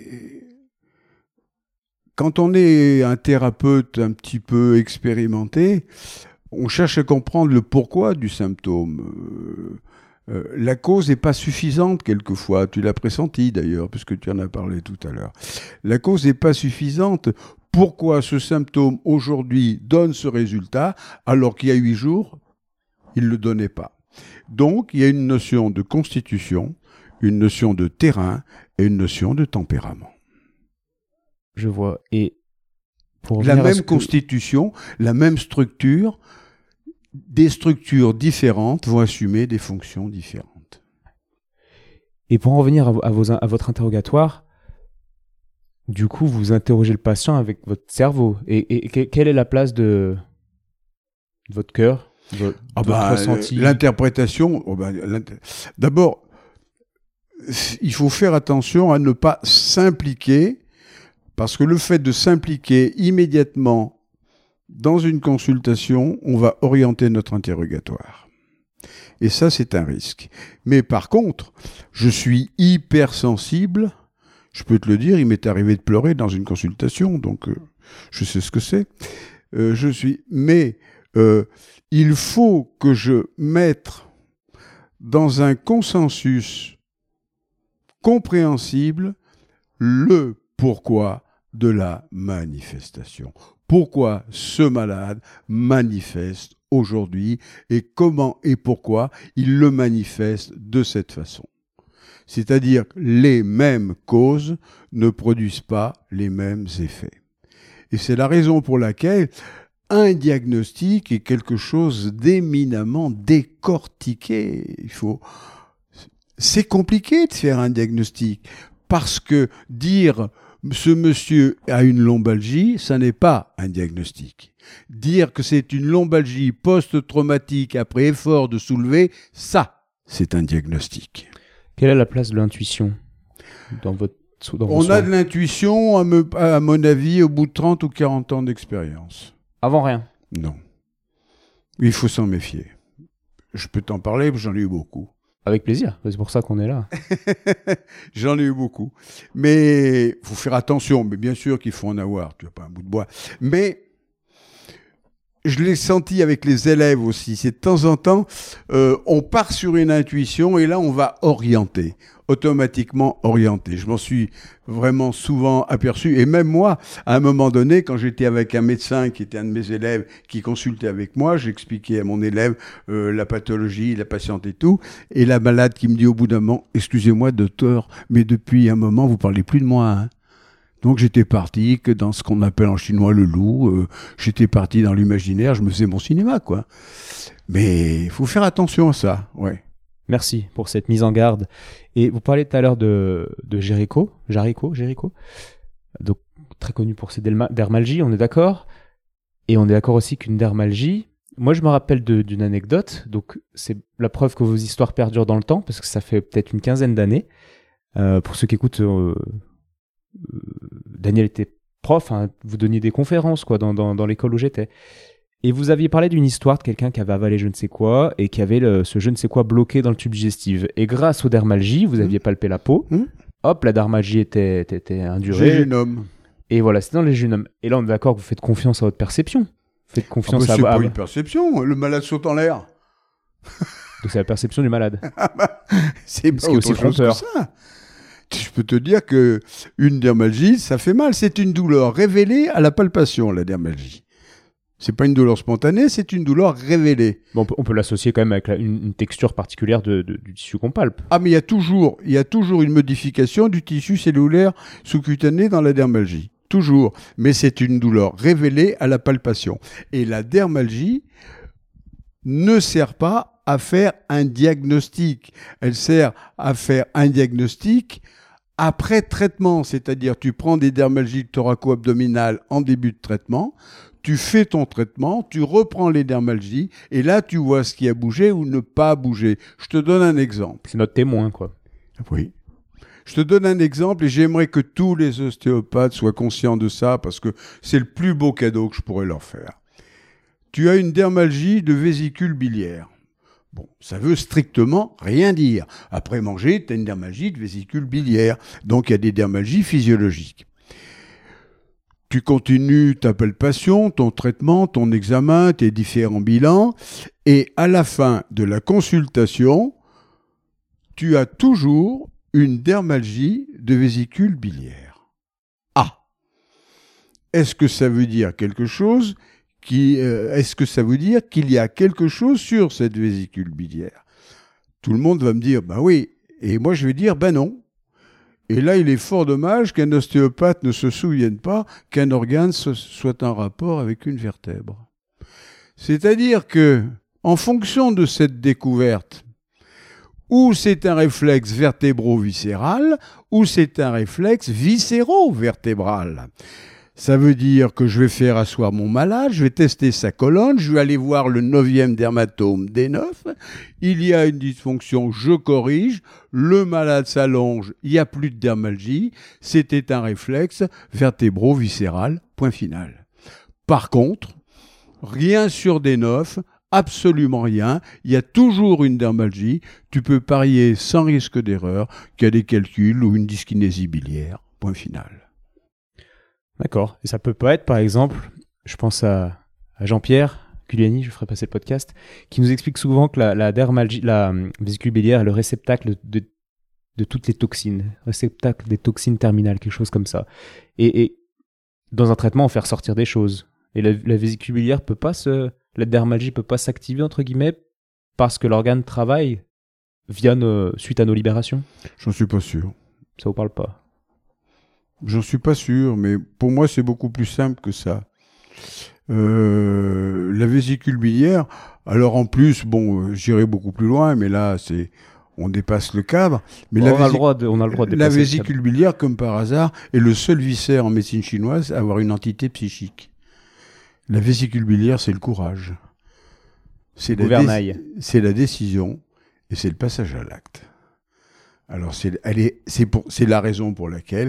quand on est un thérapeute un petit peu expérimenté, on cherche à comprendre le pourquoi du symptôme. La cause n'est pas suffisante quelquefois, tu l'as pressenti d'ailleurs, puisque tu en as parlé tout à l'heure. La cause n'est pas suffisante. Pourquoi ce symptôme aujourd'hui donne ce résultat, alors qu'il y a 8 jours, il ne le donnait pas. Donc, il y a une notion de constitution, une notion de terrain et une notion de tempérament. Je vois. Et pour La revenir à même ce que- constitution, la même structure, des structures différentes vont assumer des fonctions différentes. Et pour en revenir à votre interrogatoire, du coup, vous interrogez le patient avec votre cerveau. Et quelle est la place de votre cœur, votre ressenti? L'interprétation, d'abord, il faut faire attention à ne pas s'impliquer, parce que le fait de s'impliquer immédiatement dans une consultation, on va orienter notre interrogatoire. Et ça, c'est un risque. Mais par contre, je suis hypersensible. Je peux te le dire, il m'est arrivé de pleurer dans une consultation, donc je sais ce que c'est. Mais il faut que je mette dans un consensus compréhensible le pourquoi de la manifestation. Pourquoi ce malade manifeste aujourd'hui et comment et pourquoi il le manifeste de cette façon. C'est-à-dire que les mêmes causes ne produisent pas les mêmes effets. Et c'est la raison pour laquelle un diagnostic est quelque chose d'éminemment décortiqué. C'est compliqué de faire un diagnostic parce que dire ce monsieur a une lombalgie, ça n'est pas un diagnostic. Dire que c'est une lombalgie post-traumatique après effort de soulever, ça, c'est un diagnostic. Quelle est la place de l'intuition dans vos On soins? a de l'intuition, à mon avis, au bout de 30 ou 40 ans d'expérience. Avant rien. Non. Il faut s'en méfier. Je peux t'en parler, j'en ai eu beaucoup. Avec plaisir, c'est pour ça qu'on est là. J'en ai eu beaucoup. Mais il faut faire attention. Mais bien sûr qu'il faut en avoir. Tu n'as pas un bout de bois. Mais je l'ai senti avec les élèves aussi. C'est de temps en temps, on part sur une intuition et là, on va orienter. Automatiquement orienté. Je m'en suis vraiment souvent aperçu. Et même moi, à un moment donné, quand j'étais avec un médecin qui était un de mes élèves, qui consultait avec moi, j'expliquais à mon élève la pathologie, la patiente et tout. Et la malade qui me dit au bout d'un moment, « Excusez-moi, docteur, mais depuis un moment, vous parlez plus de moi, hein ?» Donc j'étais parti que dans ce qu'on appelle en chinois le loup. J'étais parti dans l'imaginaire, je me faisais mon cinéma, quoi. Mais il faut faire attention à ça, ouais. Merci pour cette mise en garde. Et vous parlez tout à l'heure de Jericho, donc très connu pour ses dermalgies, on est d'accord. Et on est d'accord aussi qu'une dermalgie, moi je me rappelle d'une anecdote, donc c'est la preuve que vos histoires perdurent dans le temps, parce que ça fait peut-être une quinzaine d'années. Pour ceux qui écoutent, Daniel était prof, hein, vous donniez des conférences quoi, dans l'école où j'étais. Et vous aviez parlé d'une histoire de quelqu'un qui avait avalé je ne sais quoi et qui avait ce je ne sais quoi bloqué dans le tube digestif. Et grâce aux dermalgies, vous aviez palpé la peau. Hop, la dermalgie était indurée. Jejunum. Et voilà, c'est dans les jejunum. Et là, on est d'accord que vous faites confiance à votre perception. Vous faites confiance c'est pas une perception. Le malade saute en l'air. Donc c'est la perception du malade. C'est pas autre chose que ça. Je peux te dire que une dermalgie, ça fait mal. C'est une douleur révélée à la palpation, la dermalgie. C'est pas une douleur spontanée, c'est une douleur révélée. Bon, on peut l'associer quand même avec une texture particulière du tissu qu'on palpe. Ah, mais il y a toujours une modification du tissu cellulaire sous-cutané dans la dermalgie. Toujours. Mais c'est une douleur révélée à la palpation. Et la dermalgie ne sert pas à faire un diagnostic. Elle sert à faire un diagnostic après traitement. C'est-à-dire, tu prends des dermalgies thoraco-abdominales en début de traitement, tu fais ton traitement, tu reprends les dermalgies, et là, tu vois ce qui a bougé ou ne pas bougé. Je te donne un exemple. C'est notre témoin, quoi. Oui. Je te donne un exemple, et j'aimerais que tous les ostéopathes soient conscients de ça, parce que c'est le plus beau cadeau que je pourrais leur faire. Tu as une dermalgie de vésicule biliaire. Bon, ça veut strictement rien dire. Après manger, tu as une dermalgie de vésicule biliaire. Donc, il y a des dermalgies physiologiques. Tu continues ta palpation, ton traitement, ton examen, tes différents bilans, et à la fin de la consultation, tu as toujours une dermalgie de vésicule biliaire. Ah! Est-ce que ça veut dire quelque chose est-ce que ça veut dire qu'il y a quelque chose sur cette vésicule biliaire? Tout le monde va me dire, bah oui. Et moi, je vais dire, ben non. Et là, il est fort dommage qu'un ostéopathe ne se souvienne pas qu'un organe soit en rapport avec une vertèbre. C'est-à-dire que, en fonction de cette découverte, ou c'est un réflexe vertébro-viscéral, ou c'est un réflexe viscéro-vertébral. Ça veut dire que je vais faire asseoir mon malade, je vais tester sa colonne, je vais aller voir le 9e dermatome D9, il y a une dysfonction, je corrige, le malade s'allonge, il n'y a plus de dermalgie, c'était un réflexe vertébro-viscéral, point final. Par contre, rien sur D9, absolument rien, il y a toujours une dermalgie, tu peux parier sans risque d'erreur qu'il y a des calculs ou une dyskinésie biliaire, point final. D'accord. Et ça peut pas être, par exemple, je pense à Jean-Pierre Culiani, je ferai passer le podcast, qui nous explique souvent que la dermalgie, la vésicule biliaire est le réceptacle de toutes les toxines, réceptacle des toxines terminales, quelque chose comme ça. Et dans un traitement, on fait ressortir des choses. Et la vésicule biliaire peut pas la dermalgie peut pas s'activer, entre guillemets, parce que l'organe travaille suite à nos libérations. J'en suis pas sûr. Ça vous parle pas? J'en suis pas sûr, mais pour moi, c'est beaucoup plus simple que ça. La vésicule biliaire, alors en plus, j'irai beaucoup plus loin, mais là, on dépasse le cadre. Mais on a le droit de dépasser la vésicule biliaire, comme par hasard, est le seul viscère en médecine chinoise à avoir une entité psychique. La vésicule biliaire, c'est le courage. C'est la décision et c'est le passage à l'acte. Alors, c'est la raison pour laquelle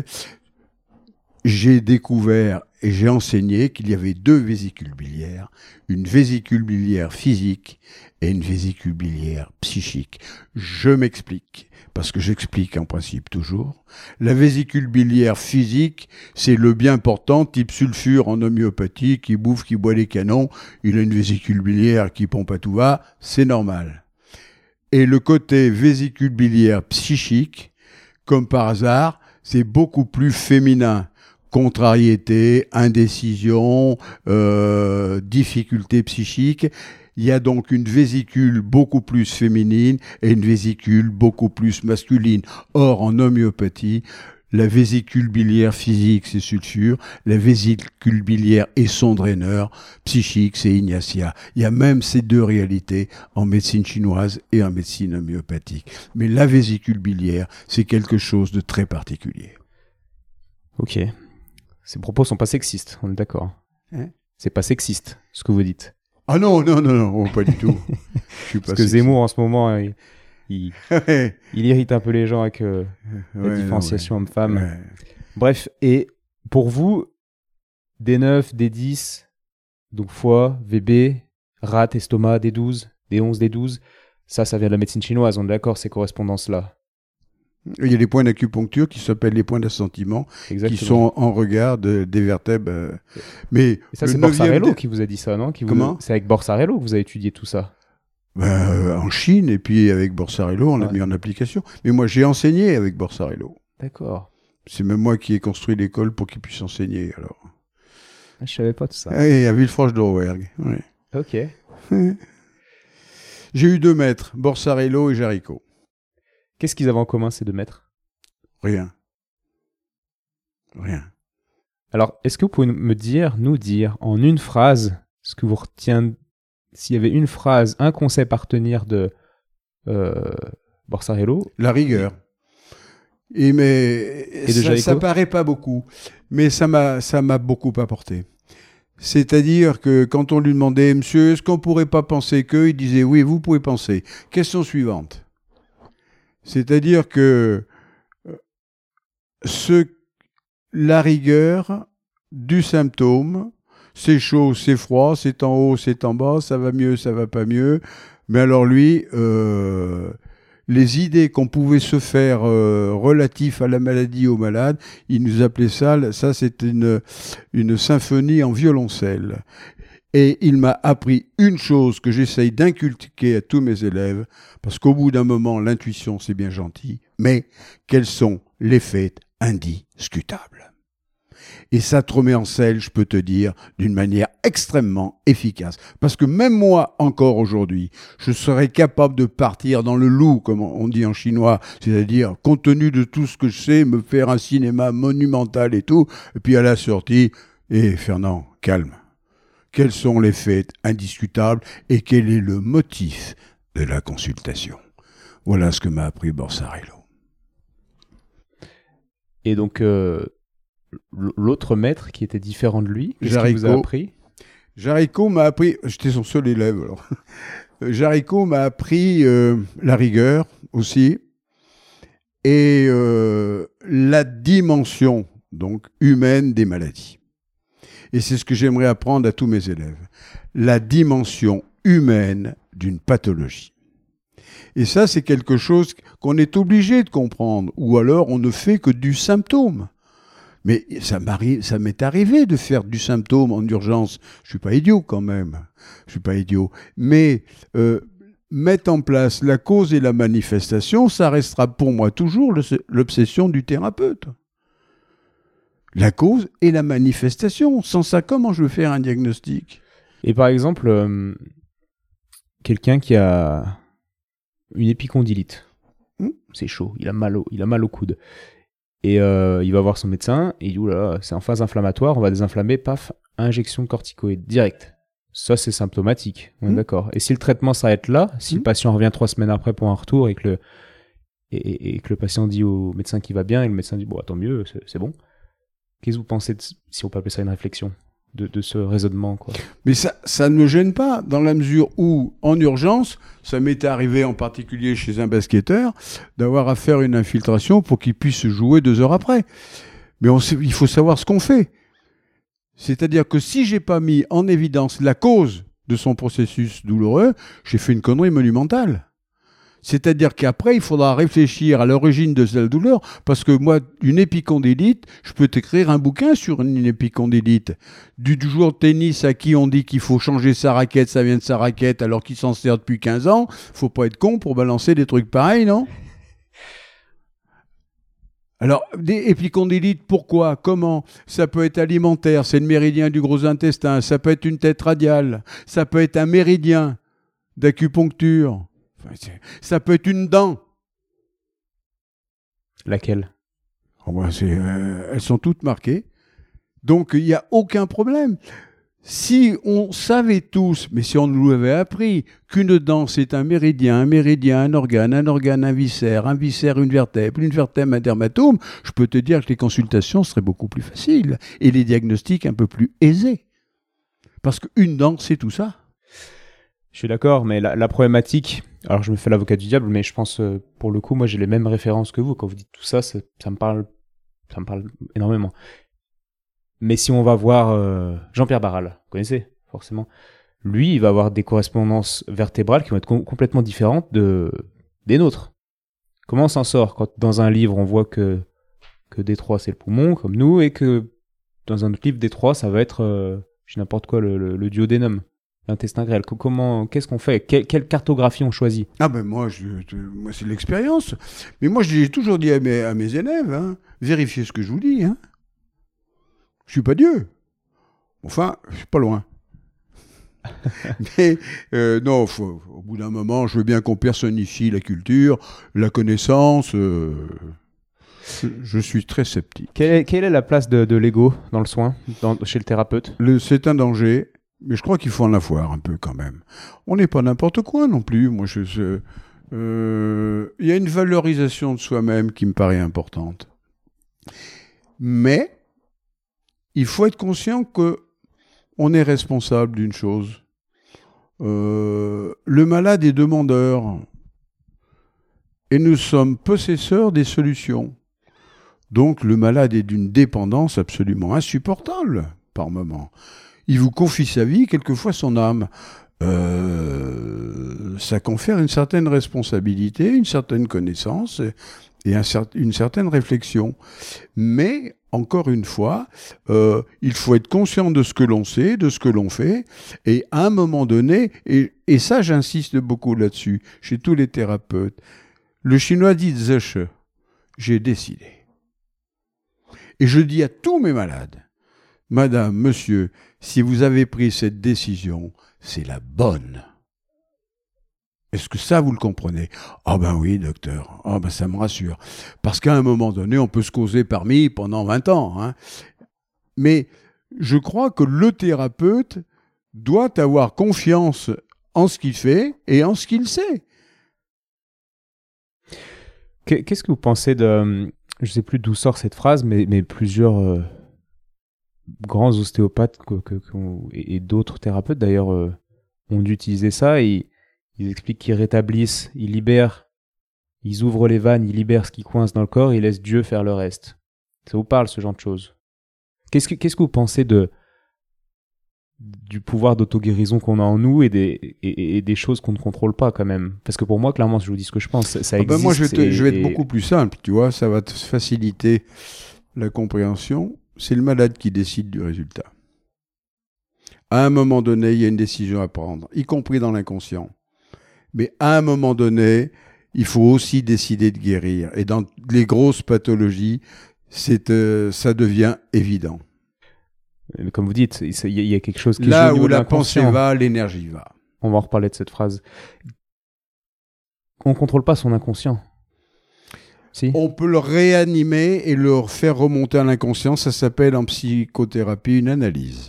j'ai découvert et j'ai enseigné qu'il y avait 2 vésicules biliaires, une vésicule biliaire physique et une vésicule biliaire psychique. Je m'explique, parce que j'explique en principe toujours. La vésicule biliaire physique, c'est le bien portant, type sulfure en homéopathie, qui bouffe, qui boit des canons, il a une vésicule biliaire qui pompe à tout va, c'est normal. Et le côté vésicule biliaire psychique, comme par hasard, c'est beaucoup plus féminin. Contrariété, indécision, difficulté psychique. Il y a donc une vésicule beaucoup plus féminine et une vésicule beaucoup plus masculine. Or, en homéopathie, la vésicule biliaire physique, c'est sulfure. La vésicule biliaire et son draineur psychique, c'est Ignacia. Il y a même ces 2 réalités en médecine chinoise et en médecine homéopathique. Mais la vésicule biliaire, c'est quelque chose de très particulier. Ok. Ces propos sont pas sexistes, on est d'accord. C'est pas sexiste, ce que vous dites. Ah non, pas du tout. Je suis pas Parce que Zemmour, en ce moment, il irrite un peu les gens avec la différenciation homme-femme. Ouais. Bref, et pour vous, D9, D10, donc foie, VB, rate, estomac, D12, D11, D12, ça vient de la médecine chinoise, on est d'accord, ces correspondances-là. Il y a des points d'acupuncture qui s'appellent les points d'assentiment, qui sont en regard des vertèbres. Mais et ça, c'est Borsarello qui vous a dit ça, non? Comment? C'est avec Borsarello que vous avez étudié tout ça? En Chine, et puis avec Borsarello, on l'a mis en application. Mais moi, j'ai enseigné avec Borsarello. D'accord. C'est même moi qui ai construit l'école pour qu'il puisse enseigner, alors. Ah, je savais pas tout ça. Oui, à Villefranche-de-Rouergue. Oui. Ok. J'ai eu 2 maîtres, Borsarello et Jaricot. Qu'est-ce qu'ils avaient en commun, ces 2 maîtres? Rien. Alors, est-ce que vous pouvez nous dire en une phrase ce que vous retiendrez, s'il y avait une phrase, un concept à retenir de Borsarello? La rigueur. Ça paraît pas beaucoup, mais ça m'a beaucoup apporté. C'est-à-dire que quand on lui demandait, monsieur, est-ce qu'on pourrait pas penser que, il disait, oui, vous pouvez penser. Question suivante. C'est-à-dire que la rigueur du symptôme, c'est chaud, c'est froid, c'est en haut, c'est en bas, ça va mieux, ça va pas mieux. Mais alors lui, les idées qu'on pouvait se faire relatifs à la maladie, au malade, il nous appelait ça c'est une symphonie en violoncelle. Et il m'a appris une chose que j'essaye d'inculquer à tous mes élèves, parce qu'au bout d'un moment, l'intuition, c'est bien gentil, mais quels sont les faits indiscutables? Et ça te remet en selle, je peux te dire, d'une manière extrêmement efficace. Parce que même moi, encore aujourd'hui, je serais capable de partir dans le loup, comme on dit en chinois, c'est-à-dire, compte tenu de tout ce que je sais, me faire un cinéma monumental et tout, et puis à la sortie, Fernand, calme. Quels sont les faits indiscutables et quel est le motif de la consultation? Voilà ce que m'a appris Borsarello. Et donc, l'autre maître qui était différent de lui, qu'est-ce qu'il vous a appris? Jaricot m'a appris, j'étais son seul élève alors. Jaricot m'a appris la rigueur aussi et la dimension donc humaine des maladies. Et c'est ce que j'aimerais apprendre à tous mes élèves. La dimension humaine d'une pathologie. Et ça, c'est quelque chose qu'on est obligé de comprendre. Ou alors, on ne fait que du symptôme. Mais ça m'est arrivé de faire du symptôme en urgence. Je suis pas idiot quand même. Je suis pas idiot. Mais mettre en place la cause et la manifestation, ça restera pour moi toujours l'obsession du thérapeute. La cause et la manifestation. Sans ça, comment je veux faire un diagnostic? Et par exemple, quelqu'un qui a une épicondylite, c'est chaud, il a mal au coude. Et il va voir son médecin, et il dit, oulala, c'est en phase inflammatoire, on va désinflammer, paf, injection de corticoïdes, direct. Ça, c'est symptomatique, on est d'accord. Et si le traitement s'arrête là, si le patient revient 3 semaines après pour un retour, et que le patient dit au médecin qu'il va bien, et le médecin dit, bon, tant mieux, c'est bon. Qu'est-ce que vous pensez, si on peut appeler ça une réflexion, de ce raisonnement, quoi? Mais ça ne me gêne pas, dans la mesure où, en urgence, ça m'est arrivé en particulier chez un basketteur, d'avoir à faire une infiltration pour qu'il puisse jouer 2 heures après. Mais il faut savoir ce qu'on fait. C'est-à-dire que si j'ai pas mis en évidence la cause de son processus douloureux, j'ai fait une connerie monumentale. C'est-à-dire qu'après, il faudra réfléchir à l'origine de cette douleur, parce que moi, une épicondylite, je peux t'écrire un bouquin sur une épicondylite. Du joueur de tennis à qui on dit qu'il faut changer sa raquette, ça vient de sa raquette, alors qu'il s'en sert depuis 15 ans, faut pas être con pour balancer des trucs pareils, non? Alors, des épicondylites, pourquoi? Comment? Ça peut être alimentaire, c'est le méridien du gros intestin, ça peut être une tête radiale, ça peut être un méridien d'acupuncture. Ça peut être une dent. Laquelle? Elles sont toutes marquées. Donc, il n'y a aucun problème. Si on savait tous, mais si on nous avait appris, qu'une dent, c'est un méridien, un organe, un viscère, une vertèbre, un dermatome, je peux te dire que les consultations seraient beaucoup plus faciles et les diagnostics un peu plus aisés. Parce qu'une dent, c'est tout ça. Je suis d'accord, mais la problématique... Alors, je me fais l'avocat du diable, mais je pense, pour le coup, moi, j'ai les mêmes références que vous. Quand vous dites tout ça, ça me parle énormément. Mais si on va voir Jean-Pierre Barral, vous connaissez, forcément. Lui, il va avoir des correspondances vertébrales qui vont être complètement différentes des nôtres. Comment on s'en sort quand, dans un livre, on voit que D3, c'est le poumon, comme nous, et que dans un autre livre, D3, ça va être, n'importe quoi, le duodénum? L'intestin grêle, qu'est-ce qu'on fait? Quelle cartographie on choisit? Ah ben moi c'est l'expérience. Mais moi, j'ai toujours dit à mes élèves, hein, vérifiez ce que je vous dis. Hein. Je suis pas Dieu. Enfin, je suis pas loin. Mais non, au bout d'un moment, je veux bien qu'on personnifie la culture, la connaissance. Je suis très sceptique. Quelle est la place de l'ego dans le soin, chez le thérapeute? C'est un danger. Mais je crois qu'il faut en avoir un peu quand même. On n'est pas n'importe quoi non plus. Moi, il y a une valorisation de soi-même qui me paraît importante. Mais il faut être conscient qu'on est responsable d'une chose. Le malade est demandeur. Et nous sommes possesseurs des solutions. Donc le malade est d'une dépendance absolument insupportable par moment. Il vous confie sa vie, quelquefois son âme. Ça confère une certaine responsabilité, une certaine connaissance et une certaine réflexion. Mais, encore une fois, il faut être conscient de ce que l'on sait, de ce que l'on fait, et à un moment donné, et ça j'insiste beaucoup là-dessus, chez tous les thérapeutes, le chinois dit « zhe », j'ai décidé. Et je dis à tous mes malades, Madame, monsieur, si vous avez pris cette décision, c'est la bonne. Est-ce que ça, vous le comprenez? Ah ben oui, docteur. Ah ben ça me rassure. Parce qu'à un moment donné, on peut se causer parmi pendant 20 ans. Hein. Mais je crois que le thérapeute doit avoir confiance en ce qu'il fait et en ce qu'il sait. Qu'est-ce que vous pensez de... Je ne sais plus d'où sort cette phrase, mais plusieurs grands ostéopathes et d'autres thérapeutes d'ailleurs ont dû utiliser ça. Et ils expliquent qu'ils rétablissent, ils libèrent, ils ouvrent les vannes, ils libèrent ce qui coince dans le corps et ils laissent Dieu faire le reste. Ça vous parle, ce genre de choses? Qu'est-ce que vous pensez du pouvoir d'auto-guérison qu'on a en nous et des choses qu'on ne contrôle pas quand même? Parce que pour moi, clairement, si je vous dis ce que je pense, ça existe. Moi, je vais être beaucoup plus simple, tu vois, ça va te faciliter la compréhension. C'est le malade qui décide du résultat. À un moment donné, il y a une décision à prendre, y compris dans l'inconscient. Mais à un moment donné, il faut aussi décider de guérir. Et dans les grosses pathologies, ça devient évident. Mais comme vous dites, il y a quelque chose qui là joue au niveau où de la pensée va, l'énergie va. On va en reparler de cette phrase. On ne contrôle pas son inconscient. Si. On peut le réanimer et le faire remonter à l'inconscient. Ça s'appelle en psychothérapie une analyse.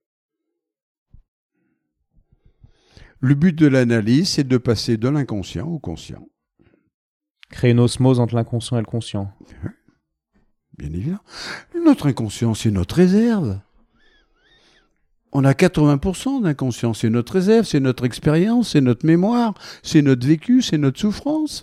Le but de l'analyse, c'est de passer de l'inconscient au conscient. Créer une osmose entre l'inconscient et le conscient. Bien évidemment. Notre inconscient, c'est notre réserve. On a 80% d'inconscient. C'est notre réserve, c'est notre expérience, c'est notre mémoire, c'est notre vécu, c'est notre souffrance.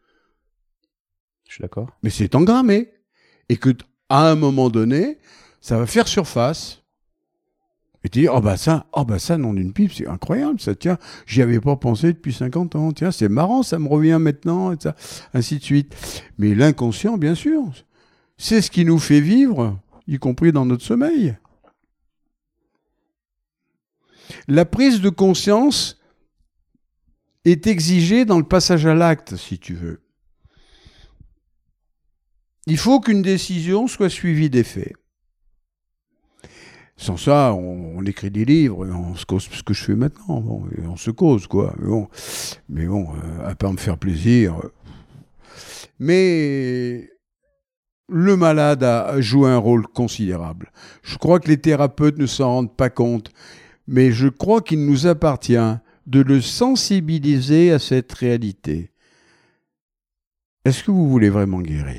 Je suis d'accord. Mais c'est engrammé. Et qu'à un moment donné, ça va faire surface. Et tu dis, ça, nom d'une pipe, c'est incroyable, ça, tiens, j'y avais pas pensé depuis 50 ans, tiens, c'est marrant, ça me revient maintenant, et ça, ainsi de suite. Mais l'inconscient, bien sûr, c'est ce qui nous fait vivre, y compris dans notre sommeil. La prise de conscience est exigée dans le passage à l'acte, si tu veux. Il faut qu'une décision soit suivie des faits. Sans ça, on écrit des livres, on se cause ce que je fais maintenant. Bon, on se cause, quoi. Mais bon, à part me faire plaisir. Mais le malade a joué un rôle considérable. Je crois que les thérapeutes ne s'en rendent pas compte, mais je crois qu'il nous appartient de le sensibiliser à cette réalité. Est-ce que vous voulez vraiment guérir ?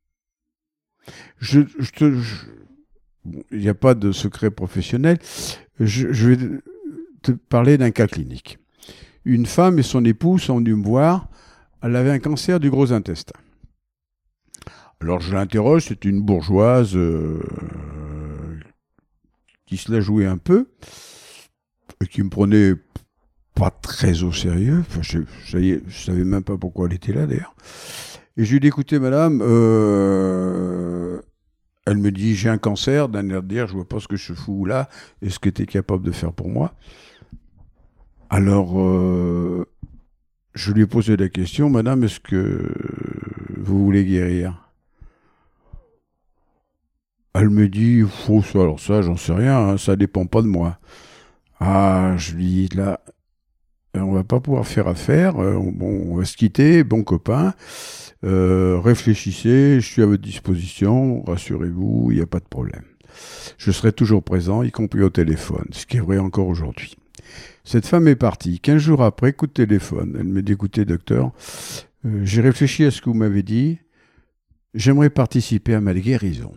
Il n'y a pas de secret professionnel. Je vais te parler d'un cas clinique. Une femme et son époux sont venus me voir. Elle avait un cancer du gros intestin. Alors je l'interroge, c'est une bourgeoise qui se la jouait un peu et qui me prenait pas très au sérieux. Enfin, je savais même pas pourquoi elle était là d'ailleurs. Et je lui ai dit, écoutez madame, elle me dit, j'ai un cancer, d'un air de dire, je vois pas ce que je fous là, et ce que tu es capable de faire pour moi. Alors, je lui ai posé la question, madame, est-ce que vous voulez guérir ? Elle me dit, alors ça, j'en sais rien, hein, ça dépend pas de moi. Ah, je lui dis, là, on va pas pouvoir faire affaire, on va se quitter, bon copain. Réfléchissez, je suis à votre disposition, rassurez-vous, il n'y a pas de problème. Je serai toujours présent, y compris au téléphone, ce qui est vrai encore aujourd'hui. Cette femme est partie. 15 jours après, coup de téléphone. Elle me dit, écoutez, docteur, j'ai réfléchi à ce que vous m'avez dit, j'aimerais participer à ma guérison.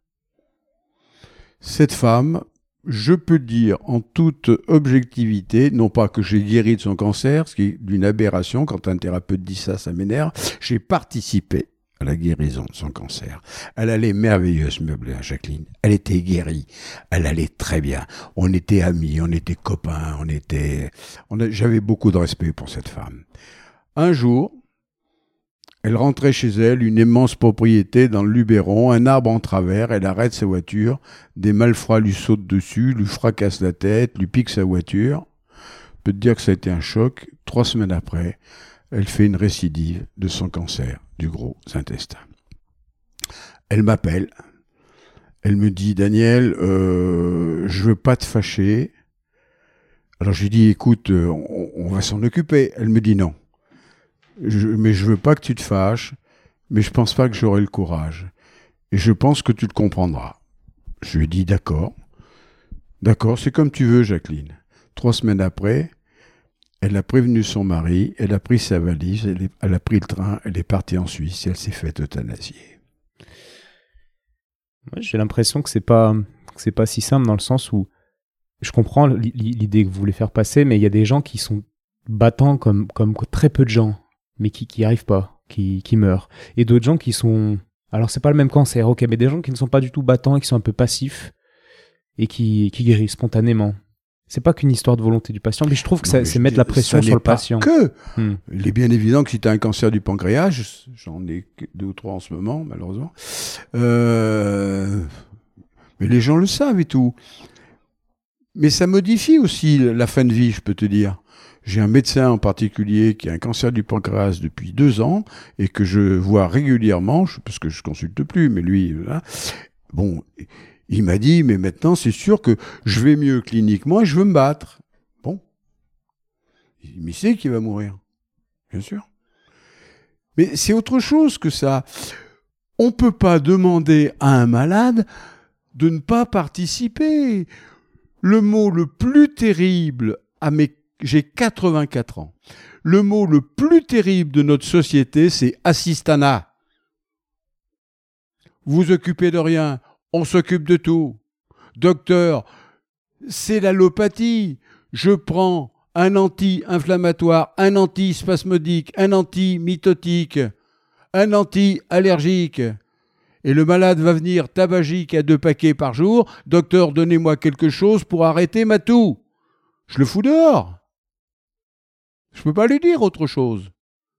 Cette femme, je peux dire en toute objectivité, non pas que j'ai guéri de son cancer, ce qui est d'une aberration, quand un thérapeute dit ça, ça m'énerve, j'ai participé à la guérison de son cancer. Elle allait merveilleuse, Jacqueline. Elle était guérie. Elle allait très bien. On était amis, on était copains, j'avais beaucoup de respect pour cette femme. Un jour, elle rentrait chez elle, une immense propriété dans le Luberon, un arbre en travers, elle arrête sa voiture, des malfrats lui sautent dessus, lui fracassent la tête, lui piquent sa voiture. Je peux te dire que ça a été un choc. 3 semaines après, elle fait une récidive de son cancer du gros intestin. Elle m'appelle, Elle me dit, Daniel, je veux pas te fâcher. Alors je lui dis, écoute, on va s'en occuper. Elle me dit non. Mais je veux pas que tu te fâches, mais je pense pas que j'aurai le courage. Et je pense que tu le comprendras. Je lui ai dit, d'accord, c'est comme tu veux, Jacqueline. 3 semaines après, elle a prévenu son mari, elle a pris sa valise, elle a pris le train, elle est partie en Suisse et elle s'est faite euthanasier. Ouais, j'ai l'impression que c'est pas si simple dans le sens où je comprends l'idée que vous voulez faire passer, mais il y a des gens qui sont battants comme très peu de gens, mais qui n'y arrivent pas, qui meurent. Et d'autres gens qui sont... Alors, c'est pas le même cancer, ok, mais des gens qui ne sont pas du tout battants et qui sont un peu passifs et qui guérissent spontanément. C'est pas qu'une histoire de volonté du patient, mais je trouve que c'est mettre la pression sur le patient. Il est bien évident que si tu as un cancer du pancréas, j'en ai 2 ou 3 en ce moment, malheureusement, mais les gens le savent et tout. Mais ça modifie aussi la fin de vie, je peux te dire. J'ai un médecin en particulier qui a un cancer du pancréas depuis 2 ans et que je vois régulièrement, parce que je consulte plus, mais lui, là, bon, il m'a dit, mais maintenant c'est sûr que je vais mieux cliniquement et je veux me battre. Bon, il sait qu'il va mourir, bien sûr. Mais c'est autre chose que ça. On peut pas demander à un malade de ne pas participer. Le mot le plus terrible j'ai 84 ans. Le mot le plus terrible de notre société, c'est assistanat. Vous vous occupez de rien, on s'occupe de tout. Docteur, c'est l'allopathie. Je prends un anti-inflammatoire, un anti-spasmodique, un anti-mitotique, un anti-allergique. Et le malade va venir tabagique à 2 paquets par jour. Docteur, donnez-moi quelque chose pour arrêter ma toux. Je le fous dehors. Je ne peux pas lui dire autre chose.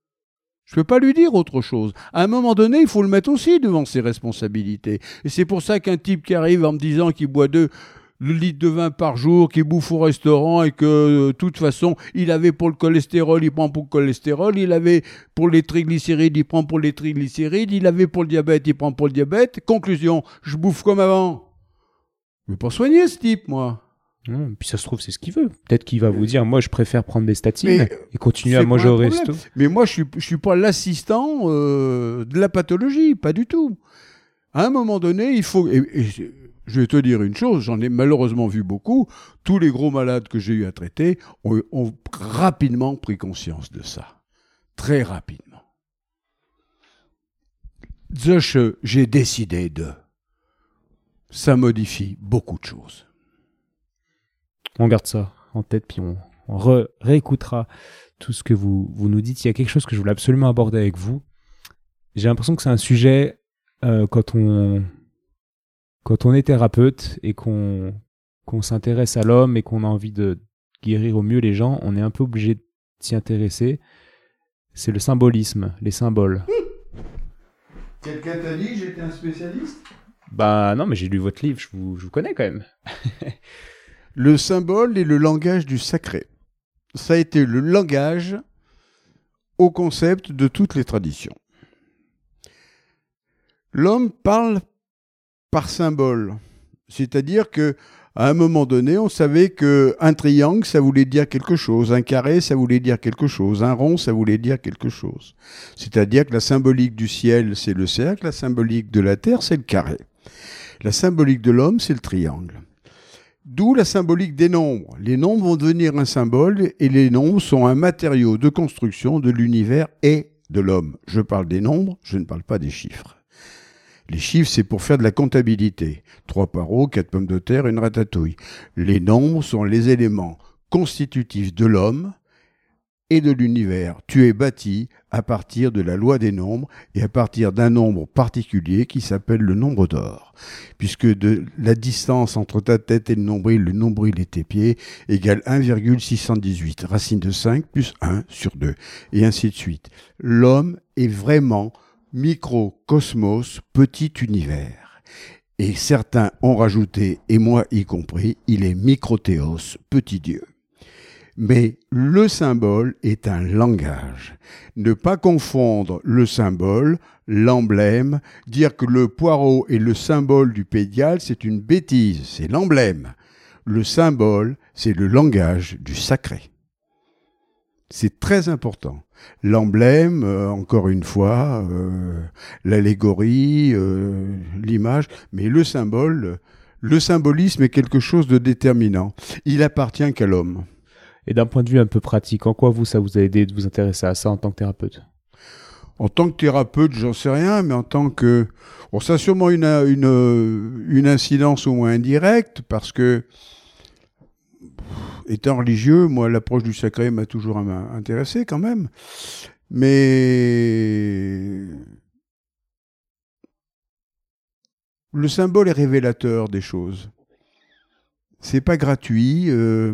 À un moment donné, il faut le mettre aussi devant ses responsabilités. Et c'est pour ça qu'un type qui arrive en me disant qu'il boit 2 litres de vin par jour, qu'il bouffe au restaurant et que, de toute façon, il avait pour le cholestérol, il prend pour le cholestérol, il avait pour les triglycérides, il prend pour les triglycérides, il avait pour le diabète, il prend pour le diabète. Conclusion, je bouffe comme avant. Je ne vais pas soigner ce type, moi. Puis ça se trouve, c'est ce qu'il veut. Peut-être qu'il va vous dire, moi, je préfère prendre des statines et continuer à manger au resto. Mais moi, je suis pas l'assistant de la pathologie, pas du tout. À un moment donné, il faut... Et je vais te dire une chose, j'en ai malheureusement vu beaucoup. Tous les gros malades que j'ai eu à traiter ont rapidement pris conscience de ça. Très rapidement. J'ai décidé de... Ça modifie beaucoup de choses. On garde ça en tête, puis on réécoutera tout ce que vous nous dites. Il y a quelque chose que je voulais absolument aborder avec vous. J'ai l'impression que c'est un sujet, quand on est thérapeute et qu'on s'intéresse à l'homme et qu'on a envie de guérir au mieux les gens, on est un peu obligé de s'y intéresser. C'est le symbolisme, les symboles. Quelqu'un t'a dit que j'étais un spécialiste ? Bah non, mais j'ai lu votre livre, je vous connais quand même. Le symbole est le langage du sacré. Ça a été le langage au concept de toutes les traditions. L'homme parle par symbole. C'est-à-dire que à un moment donné, on savait qu'un triangle, ça voulait dire quelque chose. Un carré, ça voulait dire quelque chose. Un rond, ça voulait dire quelque chose. C'est-à-dire que la symbolique du ciel, c'est le cercle. La symbolique de la terre, c'est le carré. La symbolique de l'homme, c'est le triangle. D'où la symbolique des nombres. Les nombres vont devenir un symbole et les nombres sont un matériau de construction de l'univers et de l'homme. Je parle des nombres, je ne parle pas des chiffres. Les chiffres, c'est pour faire de la comptabilité. 3 poireaux, 4 pommes de terre, une ratatouille. Les nombres sont les éléments constitutifs de l'homme et de l'univers. Tu es bâti à partir de la loi des nombres et à partir d'un nombre particulier qui s'appelle le nombre d'or. Puisque de la distance entre ta tête et le nombril et tes pieds égale 1,618. Racine de 5 plus 1 sur 2. Et ainsi de suite. L'homme est vraiment microcosmos, petit univers. Et certains ont rajouté, et moi y compris, il est microthéos, petit Dieu. Mais le symbole est un langage. Ne pas confondre le symbole, l'emblème, dire que le poireau est le symbole du Pays de Galles, c'est une bêtise, c'est l'emblème. Le symbole, c'est le langage du sacré. C'est très important. L'emblème, encore une fois, l'allégorie, l'image, mais le symbole, le symbolisme est quelque chose de déterminant. Il appartient qu'à l'homme. Et d'un point de vue un peu pratique, en quoi ça vous a aidé de vous intéresser à ça en tant que thérapeute? En tant que thérapeute, j'en sais rien, mais en tant que... Bon, ça a sûrement une incidence au moins indirecte, parce que, étant religieux, moi, l'approche du sacré m'a toujours intéressé quand même. Mais le symbole est révélateur des choses. C'est pas gratuit,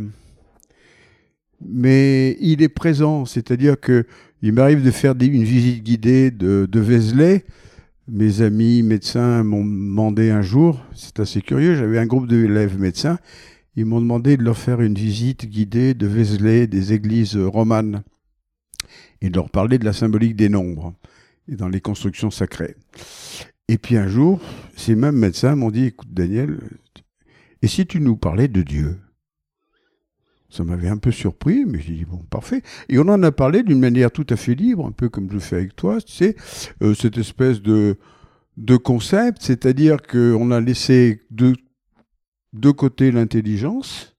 mais il est présent. C'est-à-dire que il m'arrive de faire une visite guidée de Vézelay. Mes amis médecins m'ont demandé un jour, c'est assez curieux, j'avais un groupe d'élèves médecins, ils m'ont demandé de leur faire une visite guidée de Vézelay, des églises romanes, et de leur parler de la symbolique des nombres, et dans les constructions sacrées. Et puis un jour, ces mêmes médecins m'ont dit, écoute Daniel, et si tu nous parlais de Dieu ? Ça m'avait un peu surpris, mais j'ai dit, bon, parfait. Et on en a parlé d'une manière tout à fait libre, un peu comme je le fais avec toi, tu sais, cette espèce de concept, c'est-à-dire qu'on a laissé de côté l'intelligence,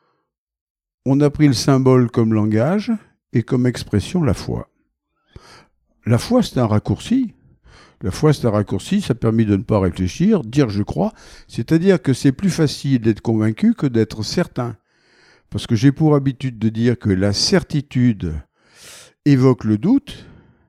on a pris le symbole comme langage et comme expression la foi. La foi, c'est un raccourci. La foi, c'est un raccourci, ça permet de ne pas réfléchir, dire je crois, c'est-à-dire que c'est plus facile d'être convaincu que d'être certain. Parce que j'ai pour habitude de dire que la certitude évoque le doute,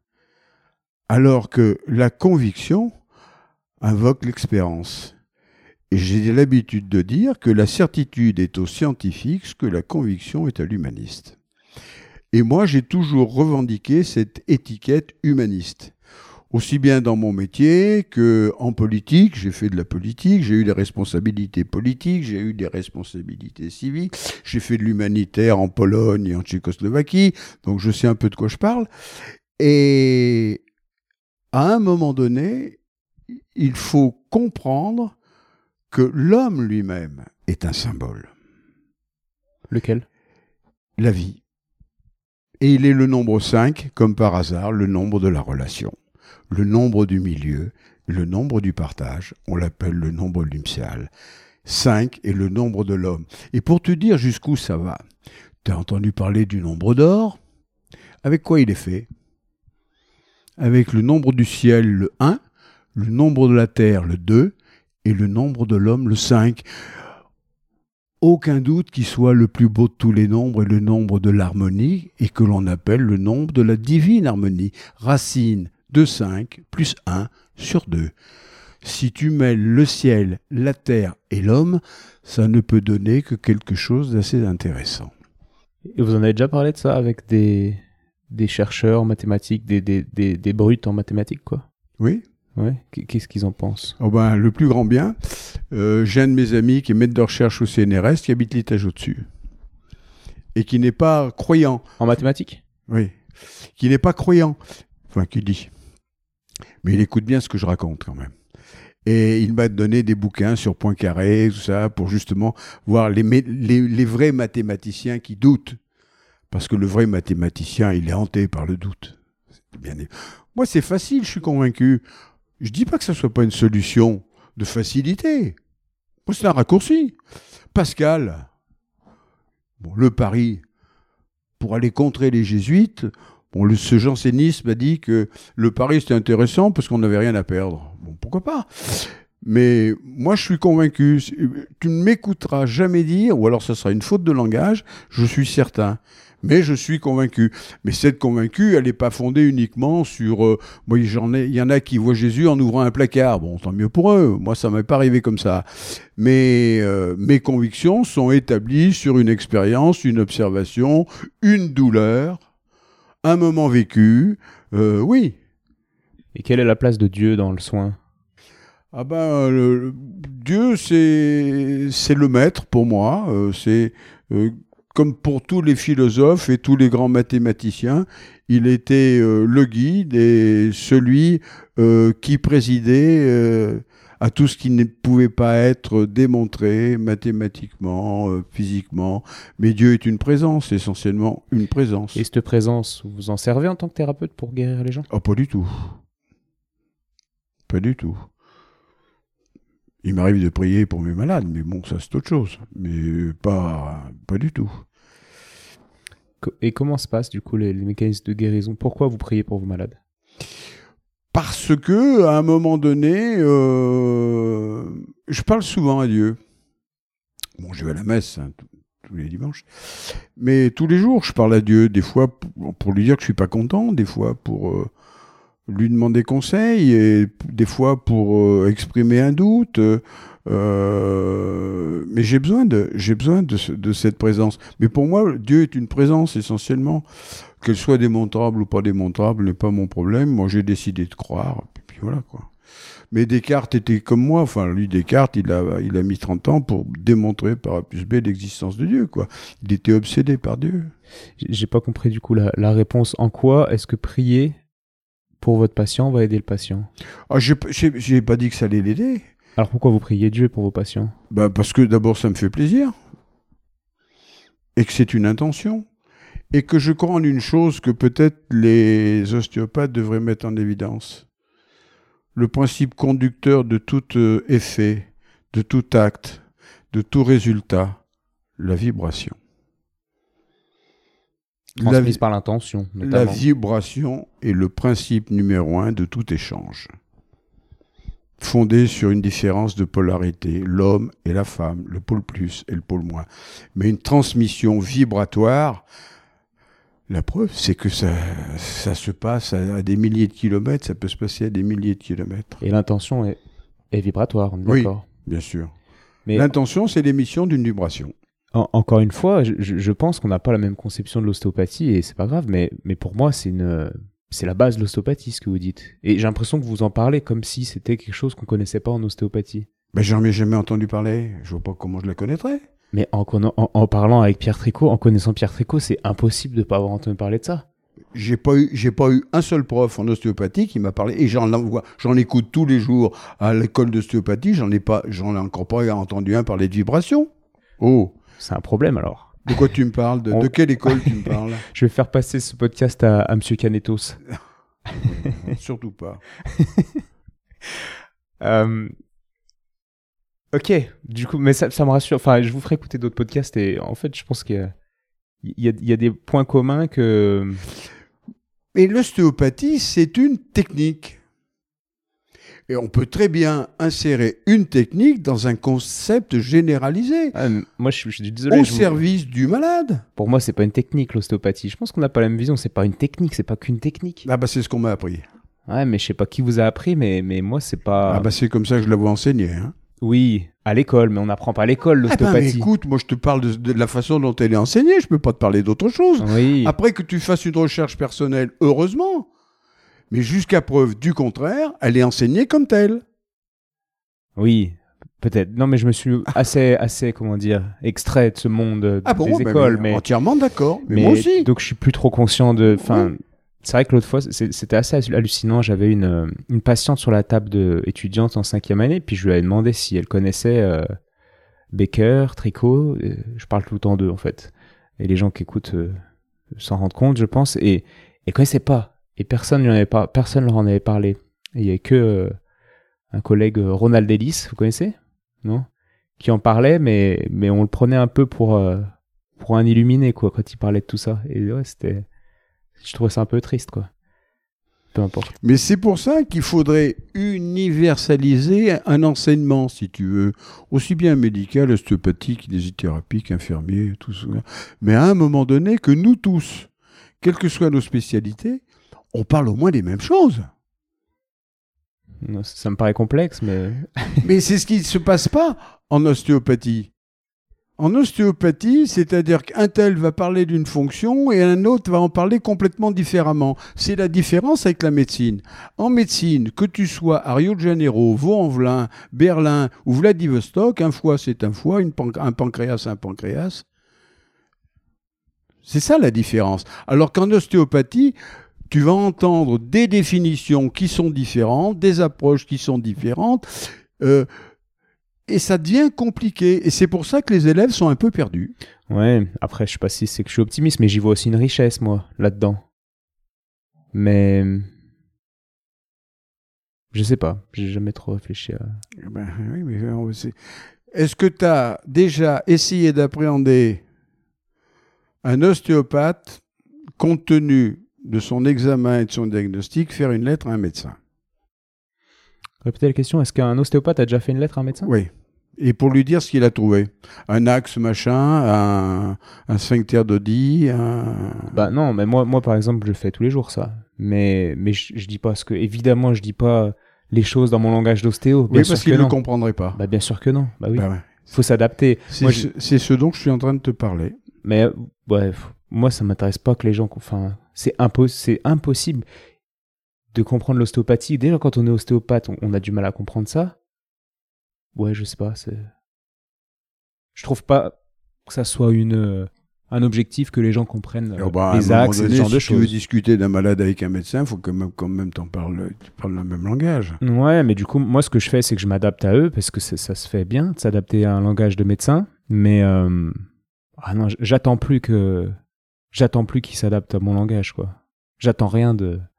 alors que la conviction invoque l'expérience. Et j'ai l'habitude de dire que la certitude est au scientifique ce que la conviction est à l'humaniste. Et moi, j'ai toujours revendiqué cette étiquette humaniste. Aussi bien dans mon métier qu'en politique, j'ai fait de la politique, j'ai eu des responsabilités politiques, j'ai eu des responsabilités civiques, j'ai fait de l'humanitaire en Pologne et en Tchécoslovaquie, donc je sais un peu de quoi je parle. Et à un moment donné, il faut comprendre que l'homme lui-même est un symbole. Lequel ? La vie. Et il est le nombre 5, comme par hasard, le nombre de la relation. Le nombre du milieu, le nombre du partage, on l'appelle le nombre nuptial. 5 est le nombre de l'homme. Et pour te dire jusqu'où ça va, tu as entendu parler du nombre d'or. Avec quoi il est fait ? Avec le nombre du ciel, le 1, le nombre de la terre, le 2, et le nombre de l'homme, le 5. Aucun doute qu'il soit le plus beau de tous les nombres et le nombre de l'harmonie, et que l'on appelle le nombre de la divine harmonie. Racine de 5 plus 1 sur 2. Si tu mêles le ciel, la terre et l'homme, ça ne peut donner que quelque chose d'assez intéressant. Et vous en avez déjà parlé de ça avec des chercheurs en mathématiques, des brutes en mathématiques, quoi ? Oui. Ouais. Qu'est-ce qu'ils en pensent ? Oh ben, le plus grand bien, j'ai un de mes amis qui est maître de recherche au CNRS, qui habite l'étage au-dessus, et qui n'est pas croyant. En mathématiques ? Oui. Qui n'est pas croyant. Enfin, qui dit. Mais il écoute bien ce que je raconte quand même. Et il m'a donné des bouquins sur Poincaré, tout ça, pour justement voir les vrais mathématiciens qui doutent. Parce que le vrai mathématicien, il est hanté par le doute. Moi, c'est facile, je suis convaincu. Je dis pas que ça soit pas une solution de facilité. Moi, c'est un raccourci. Pascal, bon, le pari, pour aller contrer les jésuites, bon, ce jansénisme a dit que le pari c'était intéressant parce qu'on n'avait rien à perdre. Bon, pourquoi pas ? Mais moi, je suis convaincu. Tu ne m'écouteras jamais dire, ou alors ça sera une faute de langage, je suis certain. Mais je suis convaincu. Mais cette convaincue, elle n'est pas fondée uniquement sur... moi, il y en a qui voient Jésus en ouvrant un placard. Bon, tant mieux pour eux. Moi, ça ne m'est pas arrivé comme ça. Mais mes convictions sont établies sur une expérience, une observation, une douleur, un moment vécu. Oui. Et quelle est la place de Dieu dans le soin ? Ah ben, Dieu, c'est le maître pour moi. comme pour tous les philosophes et tous les grands mathématiciens, il était le guide et celui qui présidait à tout ce qui ne pouvait pas être démontré mathématiquement, physiquement. Mais Dieu est une présence, essentiellement une présence. Et cette présence, vous vous en servez en tant que thérapeute pour guérir les gens ? Ah, pas du tout. Pas du tout. Il m'arrive de prier pour mes malades, mais bon, ça c'est autre chose. Mais pas du tout. Et comment se passent du coup les mécanismes de guérison ? Pourquoi vous priez pour vos malades ? Parce que, à un moment donné, je parle souvent à Dieu. Bon, je vais à la messe tous les dimanches, mais tous les jours, je parle à Dieu. Des fois pour lui dire que je suis pas content, des fois pour lui demander conseil, et des fois pour exprimer un doute. Mais j'ai besoin de cette présence. Mais pour moi, Dieu est une présence essentiellement. Qu'elle soit démontrable ou pas démontrable n'est pas mon problème. Moi, j'ai décidé de croire. Et puis voilà, quoi. Mais Descartes était comme moi. Enfin, lui, Descartes, il a mis 30 ans pour démontrer par A plus B l'existence de Dieu, quoi. Il était obsédé par Dieu. J'ai pas compris du coup la réponse. En quoi est-ce que prier pour votre patient va aider le patient ? Ah, j'ai pas dit que ça allait l'aider. Alors pourquoi vous priez Dieu pour vos patients ? Bah parce que d'abord, ça me fait plaisir. Et que c'est une intention. Et que je crois en une chose que peut-être les ostéopathes devraient mettre en évidence. Le principe conducteur de tout effet, de tout acte, de tout résultat, la vibration. Transmise par l'intention, notamment. La vibration est le principe numéro 1 de tout échange. Fondé sur une différence de polarité, l'homme et la femme, le pôle plus et le pôle moins. Mais une transmission vibratoire. La preuve, c'est que ça se passe à des milliers de kilomètres, ça peut se passer à des milliers de kilomètres. Et l'intention est vibratoire, on est d'accord ? Oui, bien sûr. Mais l'intention, c'est l'émission d'une vibration. Encore une fois, je pense qu'on n'a pas la même conception de l'ostéopathie, et c'est pas grave, mais pour moi, c'est la base de l'ostéopathie, ce que vous dites. Et j'ai l'impression que vous en parlez comme si c'était quelque chose qu'on connaissait pas en ostéopathie. Ben, j'en ai jamais entendu parler. Je vois pas comment je la connaîtrais. Mais en parlant avec Pierre Tricot, en connaissant Pierre Tricot, c'est impossible de ne pas avoir entendu parler de ça. J'ai pas eu un seul prof en ostéopathie qui m'a parlé, et j'en écoute tous les jours à l'école d'ostéopathie, j'en ai encore pas entendu un parler de vibration. Oh. C'est un problème alors. De quoi tu me parles ? De quelle école tu me parles ? Je vais faire passer ce podcast à Monsieur Canetos. Surtout pas. Ok, du coup, mais ça me rassure. Enfin, je vous ferai écouter d'autres podcasts et en fait, je pense qu'il y a des points communs que... Mais l'ostéopathie, c'est une technique. Et on peut très bien insérer une technique dans un concept généralisé. Moi, je suis désolé. Au service du malade. Pour moi, c'est pas une technique, l'ostéopathie. Je pense qu'on n'a pas la même vision. C'est pas une technique, c'est pas qu'une technique. Ah bah c'est ce qu'on m'a appris. Ouais, mais je sais pas qui vous a appris, mais moi, c'est pas... Ah bah c'est comme ça que je la vois enseigner, hein. Oui, à l'école, mais on n'apprend pas à l'école l'ostéopathie. Mais écoute, moi je te parle de la façon dont elle est enseignée, je peux pas te parler d'autre chose. Oui. Après que tu fasses une recherche personnelle, heureusement. Mais jusqu'à preuve du contraire, elle est enseignée comme telle. Oui, peut-être. Non, mais je me suis assez, comment dire, extrait de ce monde des écoles. Mais entièrement d'accord, mais moi aussi. Donc je suis plus trop conscient de... Enfin, c'est vrai que l'autre fois, c'était assez hallucinant. J'avais une patiente sur la table étudiante en 5e année, puis je lui avais demandé si elle connaissait Becker, Tricot. Je parle tout le temps d'eux, en fait. Et les gens qui écoutent s'en rendent compte, je pense. Et elle connaissait pas. Et personne leur en avait parlé. Et il y avait que un collègue, Ronald Ellis, vous connaissez ? Non ? Qui en parlait, mais on le prenait un peu pour un illuminé, quoi, quand il parlait de tout ça. Et ouais, je trouvais ça un peu triste, quoi. Peu importe. Mais c'est pour ça qu'il faudrait universaliser un enseignement, si tu veux, aussi bien médical, ostéopathique, kinésithérapique, infirmier, tout ça. Mais à un moment donné, que nous tous, quelles que soient nos spécialités, on parle au moins des mêmes choses. Ça me paraît complexe, mais... Mais c'est ce qui ne se passe pas en ostéopathie. En ostéopathie, c'est-à-dire qu'un tel va parler d'une fonction et un autre va en parler complètement différemment. C'est la différence avec la médecine. En médecine, que tu sois à Rio de Janeiro, Vaux-en-Velin, Berlin ou Vladivostok, un foie c'est un foie, un pancréas c'est un pancréas. C'est ça la différence. Alors qu'en ostéopathie, tu vas entendre des définitions qui sont différentes, des approches qui sont différentes, et ça devient compliqué. Et c'est pour ça que les élèves sont un peu perdus. Ouais, après, je sais pas si c'est que je suis optimiste, mais j'y vois aussi une richesse, moi, là-dedans. Mais je sais pas, j'ai jamais trop réfléchi à... Oui, mais est-ce que tu as déjà essayé d'appréhender un ostéopathe, compte tenu de son examen et de son diagnostic, faire une lettre à un médecin? Répétez la question, est-ce qu'un ostéopathe a déjà fait une lettre à un médecin? Oui. Et pour lui dire ce qu'il a trouvé. Un axe machin, un sphincter d'Oddi, Bah non, mais moi par exemple, je fais tous les jours ça. Mais je dis pas évidemment, je dis pas les choses dans mon langage d'ostéo. Oui, parce qu'il ne le comprendrait pas. Bah bien sûr que non. Bah oui. Bah ouais. Faut s'adapter. C'est ce dont je suis en train de te parler. Mais ouais, moi ça m'intéresse pas que les gens... Enfin, c'est impossible de comprendre l'ostéopathie. Déjà quand on est ostéopathe, on a du mal à comprendre ça. Ouais, je sais pas, je trouve pas que ça soit un objectif que les gens comprennent les axes et ce genre de choses. Si tu veux discuter d'un malade avec un médecin, il faut quand même tu parles le même langage. Ouais, mais du coup, moi, ce que je fais, c'est que je m'adapte à eux, parce que ça se fait bien de s'adapter à un langage de médecin, mais non, j'attends plus qu'ils s'adaptent à mon langage, quoi. J'attends rien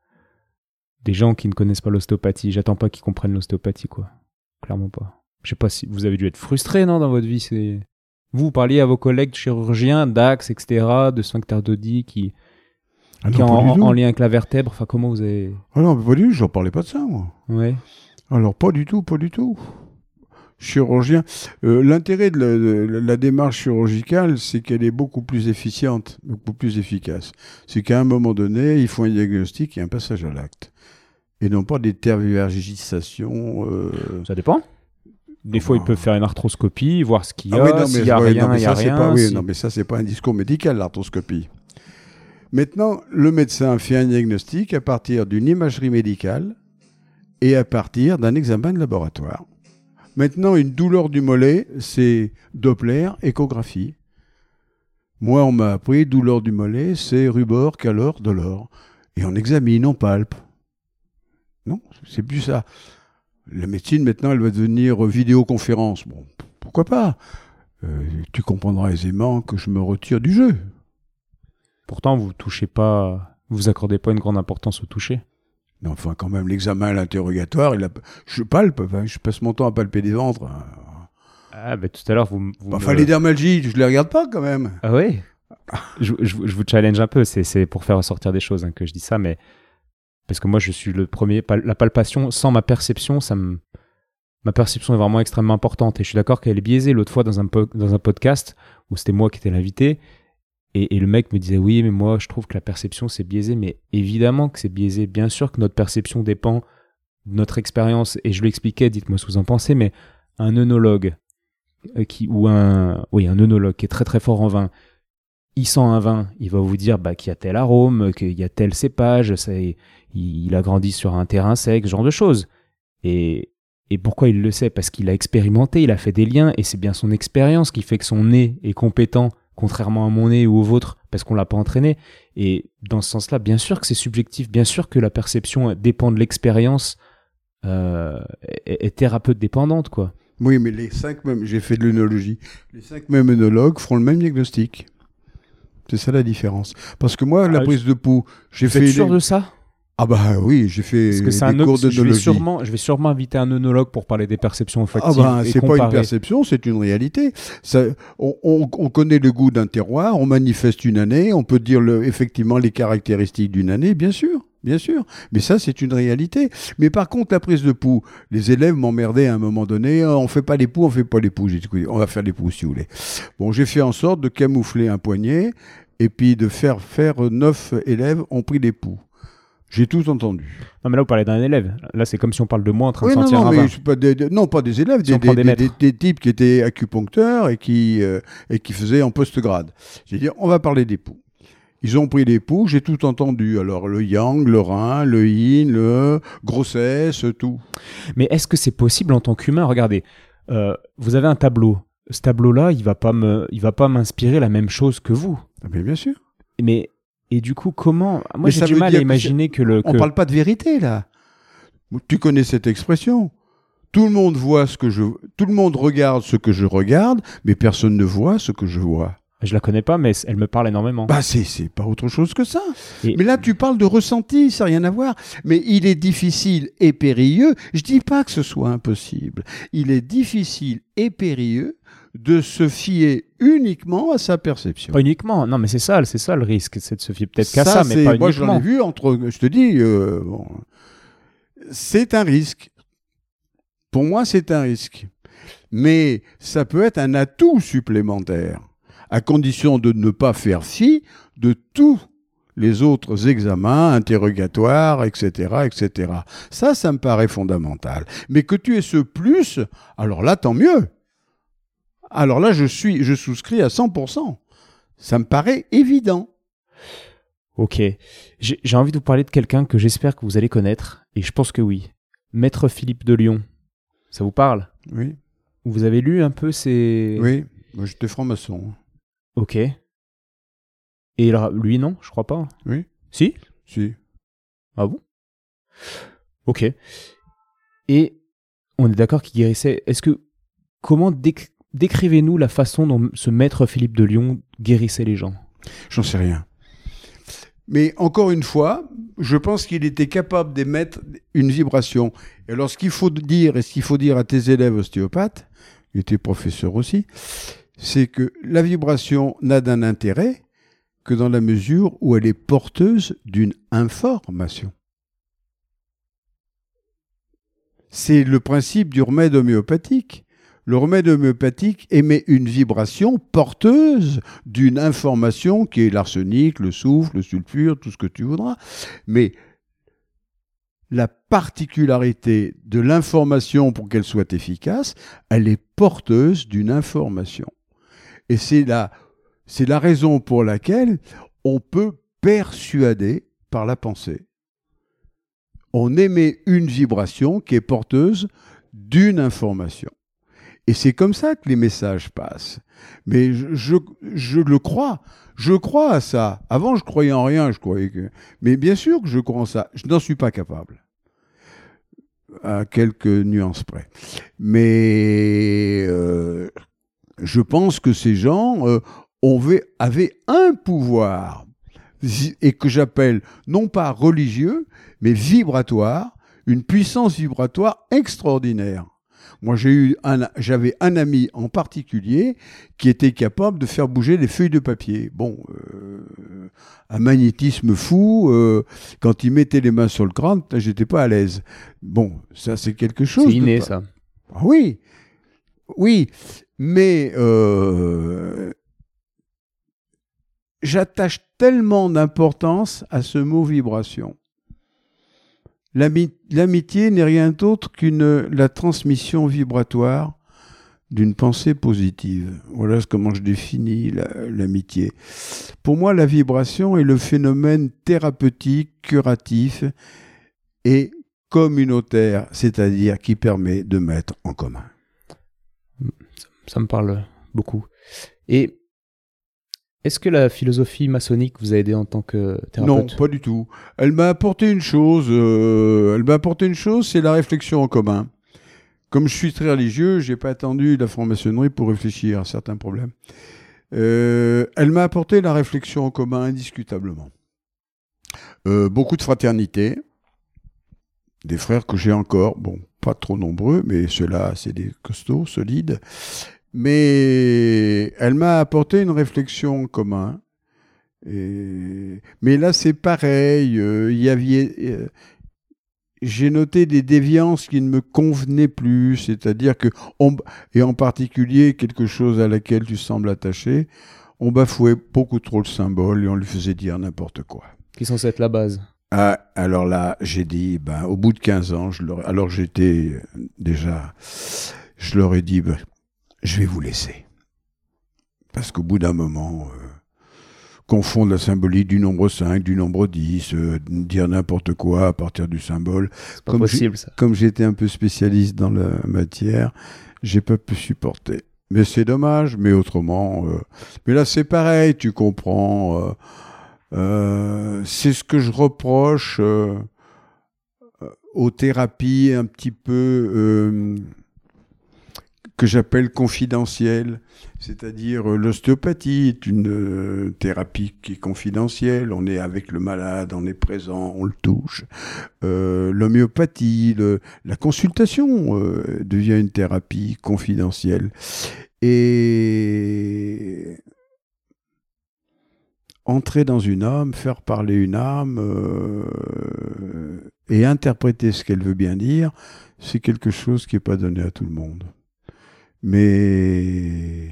des gens qui ne connaissent pas l'ostéopathie. J'attends pas qu'ils comprennent l'ostéopathie, quoi. Clairement pas. Je sais pas si vous avez dû être frustré, non, dans votre vie. Vous parliez à vos collègues chirurgiens d'axes, etc., de sphincter d'Oddi qui est en lien avec la vertèbre. Enfin, comment vous avez... Ah non, mais pas du tout, j'en parlais pas de ça, moi. Ouais. Alors, pas du tout. Chirurgien. L'intérêt de la démarche chirurgicale, c'est qu'elle est beaucoup plus efficiente, beaucoup plus efficace. C'est qu'à un moment donné, il faut un diagnostic et un passage à l'acte. Et non pas des tergiversations. Ça dépend. Des fois, ils peuvent faire une arthroscopie, voir ce qu'il y a, s'il n'y a rien, il n'y a rien. Non, mais ça, c'est pas un discours médical, l'arthroscopie. Maintenant, le médecin fait un diagnostic à partir d'une imagerie médicale et à partir d'un examen de laboratoire. Maintenant, une douleur du mollet, c'est Doppler, échographie. Moi, on m'a appris, douleur du mollet, c'est rubor, calor, dolor. Et on examine, on palpe. Non, c'est plus ça. La médecine, maintenant, elle va devenir vidéoconférence. Bon, pourquoi pas ? Tu comprendras aisément que je me retire du jeu. Pourtant, vous accordez pas une grande importance au toucher. Non, enfin, quand même, l'examen à l'interrogatoire, je palpe, je passe mon temps à palper des ventres. Ah, ben tout à l'heure, les dermalgies, je les regarde pas quand même. Ah oui. je vous challenge un peu, c'est pour faire ressortir des choses que je dis ça, mais parce que moi, je suis le premier. La palpation, sans ma perception, ma perception est vraiment extrêmement importante. Et je suis d'accord qu'elle est biaisée. L'autre fois, dans un podcast, où c'était moi qui étais l'invité, et le mec me disait, oui, mais moi, je trouve que la perception, c'est biaisé. Mais évidemment que c'est biaisé. Bien sûr que notre perception dépend de notre expérience. Et je lui expliquais, dites-moi ce que vous en pensez, mais un œnologue, un œnologue qui est très très fort en vin, il sent un vin, il va vous dire qu'il y a tel arôme, qu'il y a tel cépage, il a grandi sur un terrain sec, ce genre de choses. Et pourquoi il le sait ? Parce qu'il a expérimenté, il a fait des liens, et c'est bien son expérience qui fait que son nez est compétent, contrairement à mon nez ou au vôtre, parce qu'on ne l'a pas entraîné. Et dans ce sens-là, bien sûr que c'est subjectif, bien sûr que la perception dépend de l'expérience, est thérapeute dépendante, quoi. Oui, mais les 5 mêmes, j'ai fait de l'œnologie, les 5 mêmes œnologues feront le même diagnostic. C'est ça la différence. Parce que moi, la prise de pouls, j'ai fait... Vous êtes sûr de ça ? Ah bah oui, j'ai fait des cours d'œnologie. Je vais sûrement inviter un œnologue pour parler des perceptions olfactives. Ah bah, c'est pas une perception, c'est une réalité. On connaît le goût d'un terroir, on manifeste une année, on peut dire effectivement les caractéristiques d'une année, bien sûr. Mais ça, c'est une réalité. Mais par contre, la prise de pouls, les élèves m'emmerdaient à un moment donné. On fait pas les pouls. J'ai dit, on va faire les pouls si vous voulez. Bon, j'ai fait en sorte de camoufler un poignet et puis de faire 9 élèves ont pris les pouls. J'ai tout entendu. Non, mais là, vous parlez d'un élève. Là, c'est comme si on parle de moi en train de sentir un vin. Non, pas des élèves, des types qui étaient acupuncteurs et qui faisaient en post-grade. J'ai dit, on va parler des pouls. Ils ont pris les pouls, j'ai tout entendu. Alors, le yang, le rein, le yin, le grossesse, tout. Mais est-ce que c'est possible en tant qu'humain ? Regardez, vous avez un tableau. Ce tableau-là, il va pas m'inspirer la même chose que vous. Mais bien sûr. Et du coup, comment... Moi, Mais j'ai ça du veut mal dire à que imaginer que On parle pas de vérité, là. Tu connais cette expression. Tout le monde tout le monde regarde ce que je regarde, mais personne ne voit ce que je vois. Je la connais pas, mais elle me parle énormément. Bah, c'est pas autre chose que ça. Et- Mais là, tu parles de ressenti, ça n'a rien à voir. Mais il est difficile et périlleux. Je dis pas que ce soit impossible. Il est difficile et périlleux de se fier uniquement à sa perception. Pas uniquement. Non, mais c'est ça le risque. C'est de se fier peut-être qu'à ça, mais c'est- pas moi, j'en ai uniquement. vu je te dis, bon, c'est un risque. Pour moi, c'est un risque. Mais ça peut être un atout supplémentaire, à condition de ne pas faire fi de tous les autres examens, interrogatoires, etc., etc. Ça me paraît fondamental. Mais que tu aies ce plus, alors là, tant mieux. Alors là, je souscris à 100%. Ça me paraît évident. Ok. J'ai envie de vous parler de quelqu'un que j'espère que vous allez connaître, et je pense que oui. Maître Philippe de Lyon. Ça vous parle? Oui. Vous avez lu un peu ses... Oui. Moi, j'étais franc-maçon. Ok. Et alors, lui, non? Je crois pas. Oui. Si? Si. Ah bon? Ok. Et on est d'accord qu'il guérissait. Comment décrivez-nous la façon dont ce maître Philippe de Lyon guérissait les gens? J'en sais rien. Mais encore une fois, je pense qu'il était capable d'émettre une vibration. Et alors, ce qu'il faut dire à tes élèves ostéopathes, il était professeur aussi, c'est que la vibration n'a d'un intérêt que dans la mesure où elle est porteuse d'une information. C'est le principe du remède homéopathique. Le remède homéopathique émet une vibration porteuse d'une information qui est l'arsenic, le soufre, le sulfure, tout ce que tu voudras. Mais la particularité de l'information pour qu'elle soit efficace, elle est porteuse d'une information. Et c'est la raison pour laquelle on peut persuader par la pensée. On émet une vibration qui est porteuse d'une information. Et c'est comme ça que les messages passent. Mais je le crois. Je crois à ça. Avant, je croyais en rien. Mais bien sûr que je crois en ça. Je n'en suis pas capable. À quelques nuances près. Mais je pense que ces gens avaient un pouvoir, et que j'appelle non pas religieux, mais vibratoire, une puissance vibratoire extraordinaire. Moi, j'avais un ami en particulier qui était capable de faire bouger les feuilles de papier. Bon, un magnétisme fou. Quand il mettait les mains sur le crâne, j'étais pas à l'aise. Bon, ça, c'est quelque chose. C'est inné, ça. Ah oui, oui, mais j'attache tellement d'importance à ce mot vibration. L'amitié n'est rien d'autre la transmission vibratoire d'une pensée positive. Voilà comment je définis l'amitié. Pour moi, la vibration est le phénomène thérapeutique, curatif et communautaire, c'est-à-dire qui permet de mettre en commun. Ça me parle beaucoup. Et est-ce que la philosophie maçonnique vous a aidé en tant que thérapeute? Non, pas du tout. Elle m'a apporté une chose. C'est la réflexion en commun. Comme je suis très religieux, j'ai pas attendu la franc-maçonnerie pour réfléchir à certains problèmes. Elle m'a apporté la réflexion en commun indiscutablement. Beaucoup de fraternité, des frères que j'ai encore, bon, pas trop nombreux, mais ceux-là, c'est des costauds, solides. Mais elle m'a apporté une réflexion en commun. Mais là, c'est pareil. J'ai noté des déviances qui ne me convenaient plus, c'est-à-dire que, et en particulier quelque chose à laquelle tu sembles attaché, on bafouait beaucoup trop le symbole et on lui faisait dire n'importe quoi. Qui sont censés être la base. Ah, alors là, j'ai dit, au bout de 15 ans, alors j'étais déjà, je leur ai dit, je vais vous laisser. Parce qu'au bout d'un moment, confondre la symbolique du nombre 5, du nombre 10, dire n'importe quoi à partir du symbole. C'est pas possible, ça. Comme j'étais un peu spécialiste dans la matière, j'ai pas pu supporter. Mais c'est dommage, mais autrement... mais là, c'est pareil, tu comprends. C'est ce que je reproche aux thérapies un petit peu que j'appelle confidentielles. C'est-à-dire l'ostéopathie est une thérapie qui est confidentielle. On est avec le malade, on est présent, on le touche. L'homéopathie, la consultation devient une thérapie confidentielle. Et entrer dans une âme, faire parler une âme et interpréter ce qu'elle veut bien dire, c'est quelque chose qui n'est pas donné à tout le monde. Mais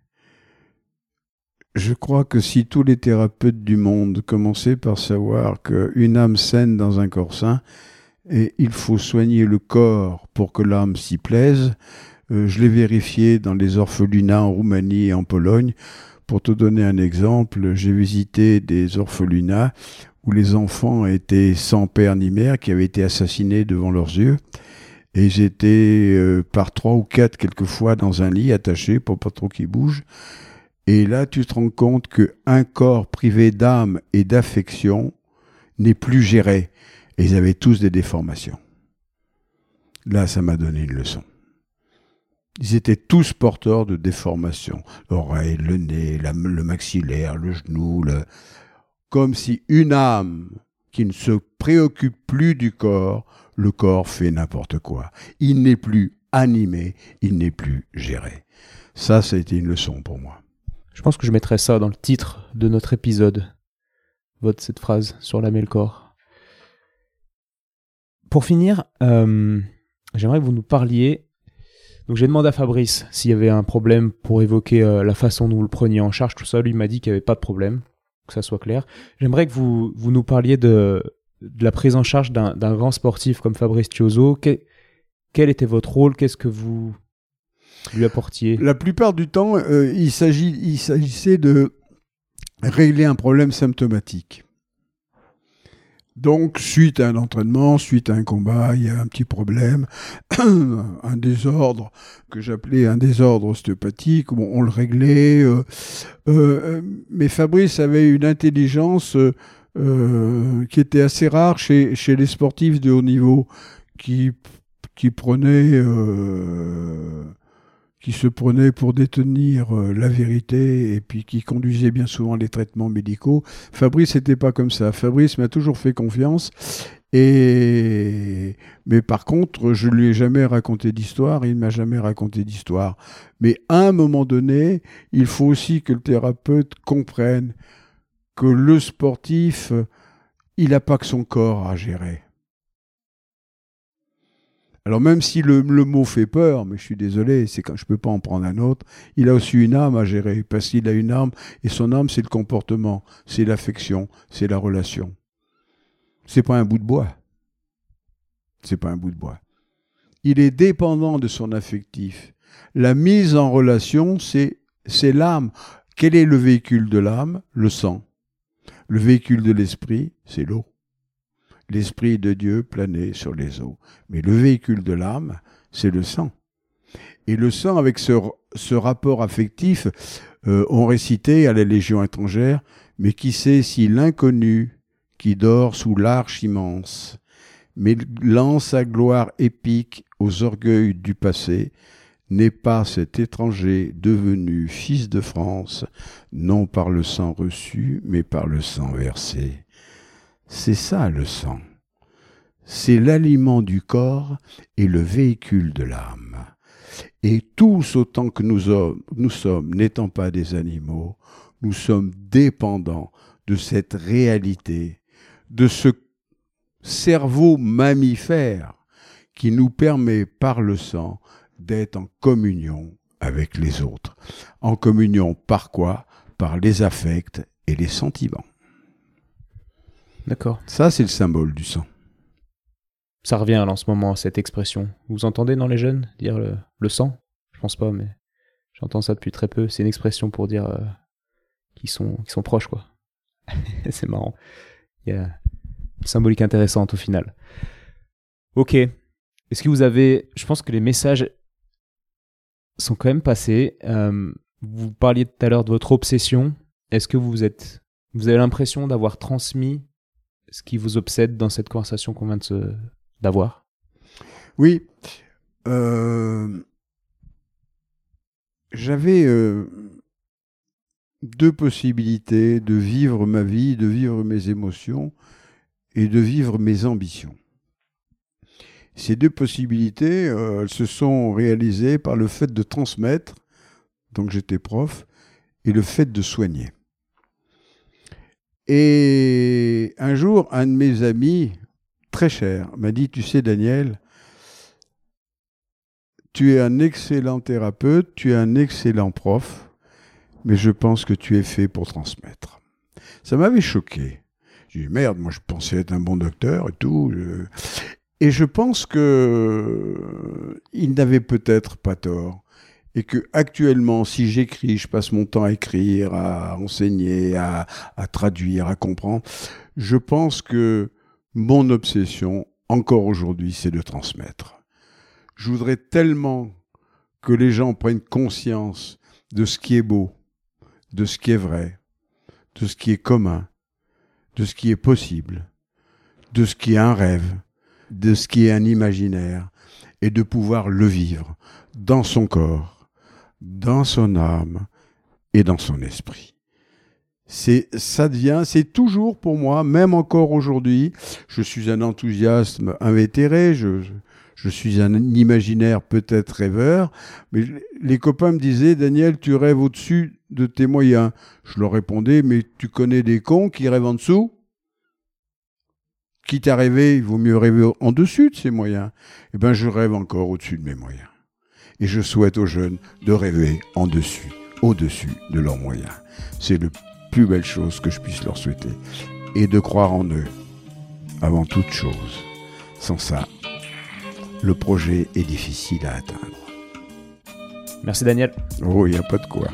je crois que si tous les thérapeutes du monde commençaient par savoir qu'une âme saine dans un corps sain, et il faut soigner le corps pour que l'âme s'y plaise, je l'ai vérifié dans les orphelinats en Roumanie et en Pologne. Pour te donner un exemple, j'ai visité des orphelinats où les enfants étaient sans père ni mère, qui avaient été assassinés devant leurs yeux. Et ils étaient par 3 ou 4 quelquefois dans un lit, attachés pour pas trop qu'ils bougent. Et là, tu te rends compte qu'un corps privé d'âme et d'affection n'est plus géré. Et ils avaient tous des déformations. Là, ça m'a donné une leçon. Ils étaient tous porteurs de déformations. L'oreille, le nez, le maxillaire, le genou. Comme si une âme qui ne se préoccupe plus du corps, le corps fait n'importe quoi. Il n'est plus animé, il n'est plus géré. Ça a été une leçon pour moi. Je pense que je mettrais ça dans le titre de notre épisode. Cette phrase sur l'âme et le corps. Pour finir, j'aimerais que vous nous parliez. Donc j'ai demandé à Fabrice s'il y avait un problème pour évoquer la façon dont vous le preniez en charge, tout ça. Lui m'a dit qu'il n'y avait pas de problème, que ça soit clair. J'aimerais que vous nous parliez de la prise en charge d'un grand sportif comme Fabrice Thiozot. Quel était votre rôle? Qu'est-ce que vous lui apportiez? La plupart du temps, il s'agissait de régler un problème symptomatique. Donc, suite à un entraînement, suite à un combat, il y a un petit problème, un désordre que j'appelais un désordre ostéopathique. Bon, on le réglait. Mais Fabrice avait une intelligence qui était assez rare chez les sportifs de haut niveau, qui se prenaient pour détenir la vérité et puis qui conduisaient bien souvent les traitements médicaux. Fabrice n'était pas comme ça. Fabrice m'a toujours fait confiance. Mais par contre, je ne lui ai jamais raconté d'histoire, il ne m'a jamais raconté d'histoire. Mais à un moment donné, il faut aussi que le thérapeute comprenne que le sportif, il n'a pas que son corps à gérer. Alors même si le mot fait peur, mais je suis désolé, c'est quand je peux pas en prendre un autre, il a aussi une âme à gérer, parce qu'il a une âme, et son âme c'est le comportement, c'est l'affection, c'est la relation. C'est pas un bout de bois. C'est pas un bout de bois. Il est dépendant de son affectif. La mise en relation, c'est l'âme. Quel est le véhicule de l'âme? Le sang. Le véhicule de l'esprit, c'est l'eau. L'Esprit de Dieu planait sur les eaux. Mais le véhicule de l'âme, c'est le sang. Et le sang, avec ce rapport affectif, on récitait à la Légion étrangère, mais qui sait si l'inconnu qui dort sous l'arche immense, mêlant sa gloire épique aux orgueils du passé, n'est pas cet étranger devenu fils de France, non par le sang reçu, mais par le sang versé. C'est ça le sang. C'est l'aliment du corps et le véhicule de l'âme. Et tous autant que nous sommes, n'étant pas des animaux, nous sommes dépendants de cette réalité, de ce cerveau mammifère qui nous permet par le sang d'être en communion avec les autres. En communion par quoi? Par les affects et les sentiments. D'accord. Ça, c'est le symbole du sang. Ça revient là, en ce moment, cette expression. Vous entendez dans les jeunes dire le sang? Je pense pas, mais j'entends ça depuis très peu. C'est une expression pour dire qu'ils sont proches, quoi. C'est marrant. Il y a une symbolique intéressante au final. Ok. Est-ce que vous avez... Je pense que les messages sont quand même passés. Vous parliez tout à l'heure de votre obsession. Est-ce que vous êtes Vous avez l'impression d'avoir transmis ce qui vous obsède dans cette conversation qu'on vient d'avoir? Oui. J'avais deux possibilités de vivre ma vie, de vivre mes émotions et de vivre mes ambitions. Ces deux possibilités, elles se sont réalisées par le fait de transmettre, donc j'étais prof, et le fait de soigner. Et un jour, un de mes amis, très cher, m'a dit, tu sais Daniel, tu es un excellent thérapeute, tu es un excellent prof, mais je pense que tu es fait pour transmettre. Ça m'avait choqué. J'ai dit, merde, moi je pensais être un bon docteur et tout. Et je pense qu'il n'avait peut-être pas tort. Et que actuellement, si j'écris, je passe mon temps à écrire, à enseigner, à traduire, à comprendre, je pense que mon obsession, encore aujourd'hui, c'est de transmettre. Je voudrais tellement que les gens prennent conscience de ce qui est beau, de ce qui est vrai, de ce qui est commun, de ce qui est possible, de ce qui est un rêve, de ce qui est un imaginaire, et de pouvoir le vivre dans son corps, dans son âme et dans son esprit. C'est toujours pour moi, même encore aujourd'hui, je suis un enthousiaste invétéré, je suis un imaginaire peut-être rêveur, mais les copains me disaient, Daniel, tu rêves au-dessus de tes moyens. Je leur répondais, mais tu connais des cons qui rêvent en dessous? Quitte à rêver, il vaut mieux rêver en dessus de ses moyens. Eh bien, je rêve encore au-dessus de mes moyens. Et je souhaite aux jeunes de rêver en dessus, au-dessus de leurs moyens. C'est la plus belle chose que je puisse leur souhaiter. Et de croire en eux, avant toute chose. Sans ça, le projet est difficile à atteindre. Merci Daniel. Oh, il n'y a pas de quoi.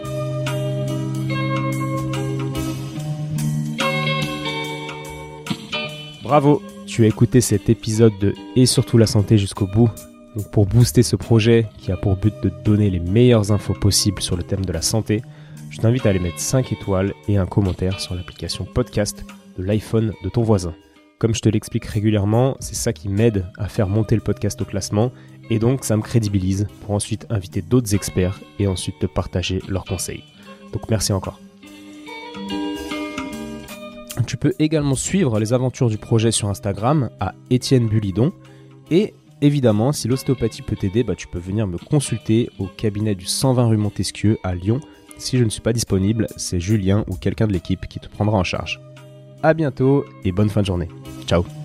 Bravo, tu as écouté cet épisode de Et surtout la santé jusqu'au bout. Donc pour booster ce projet qui a pour but de te donner les meilleures infos possibles sur le thème de la santé, je t'invite à aller mettre 5 étoiles et un commentaire sur l'application podcast de l'iPhone de ton voisin. Comme je te l'explique régulièrement, c'est ça qui m'aide à faire monter le podcast au classement et donc ça me crédibilise pour ensuite inviter d'autres experts et ensuite te partager leurs conseils. Donc merci encore. Tu peux également suivre les aventures du projet sur Instagram à Étienne Bulidon et évidemment, si l'ostéopathie peut t'aider, tu peux venir me consulter au cabinet du 120 rue Montesquieu à Lyon. Si je ne suis pas disponible, c'est Julien ou quelqu'un de l'équipe qui te prendra en charge. À bientôt et bonne fin de journée. Ciao.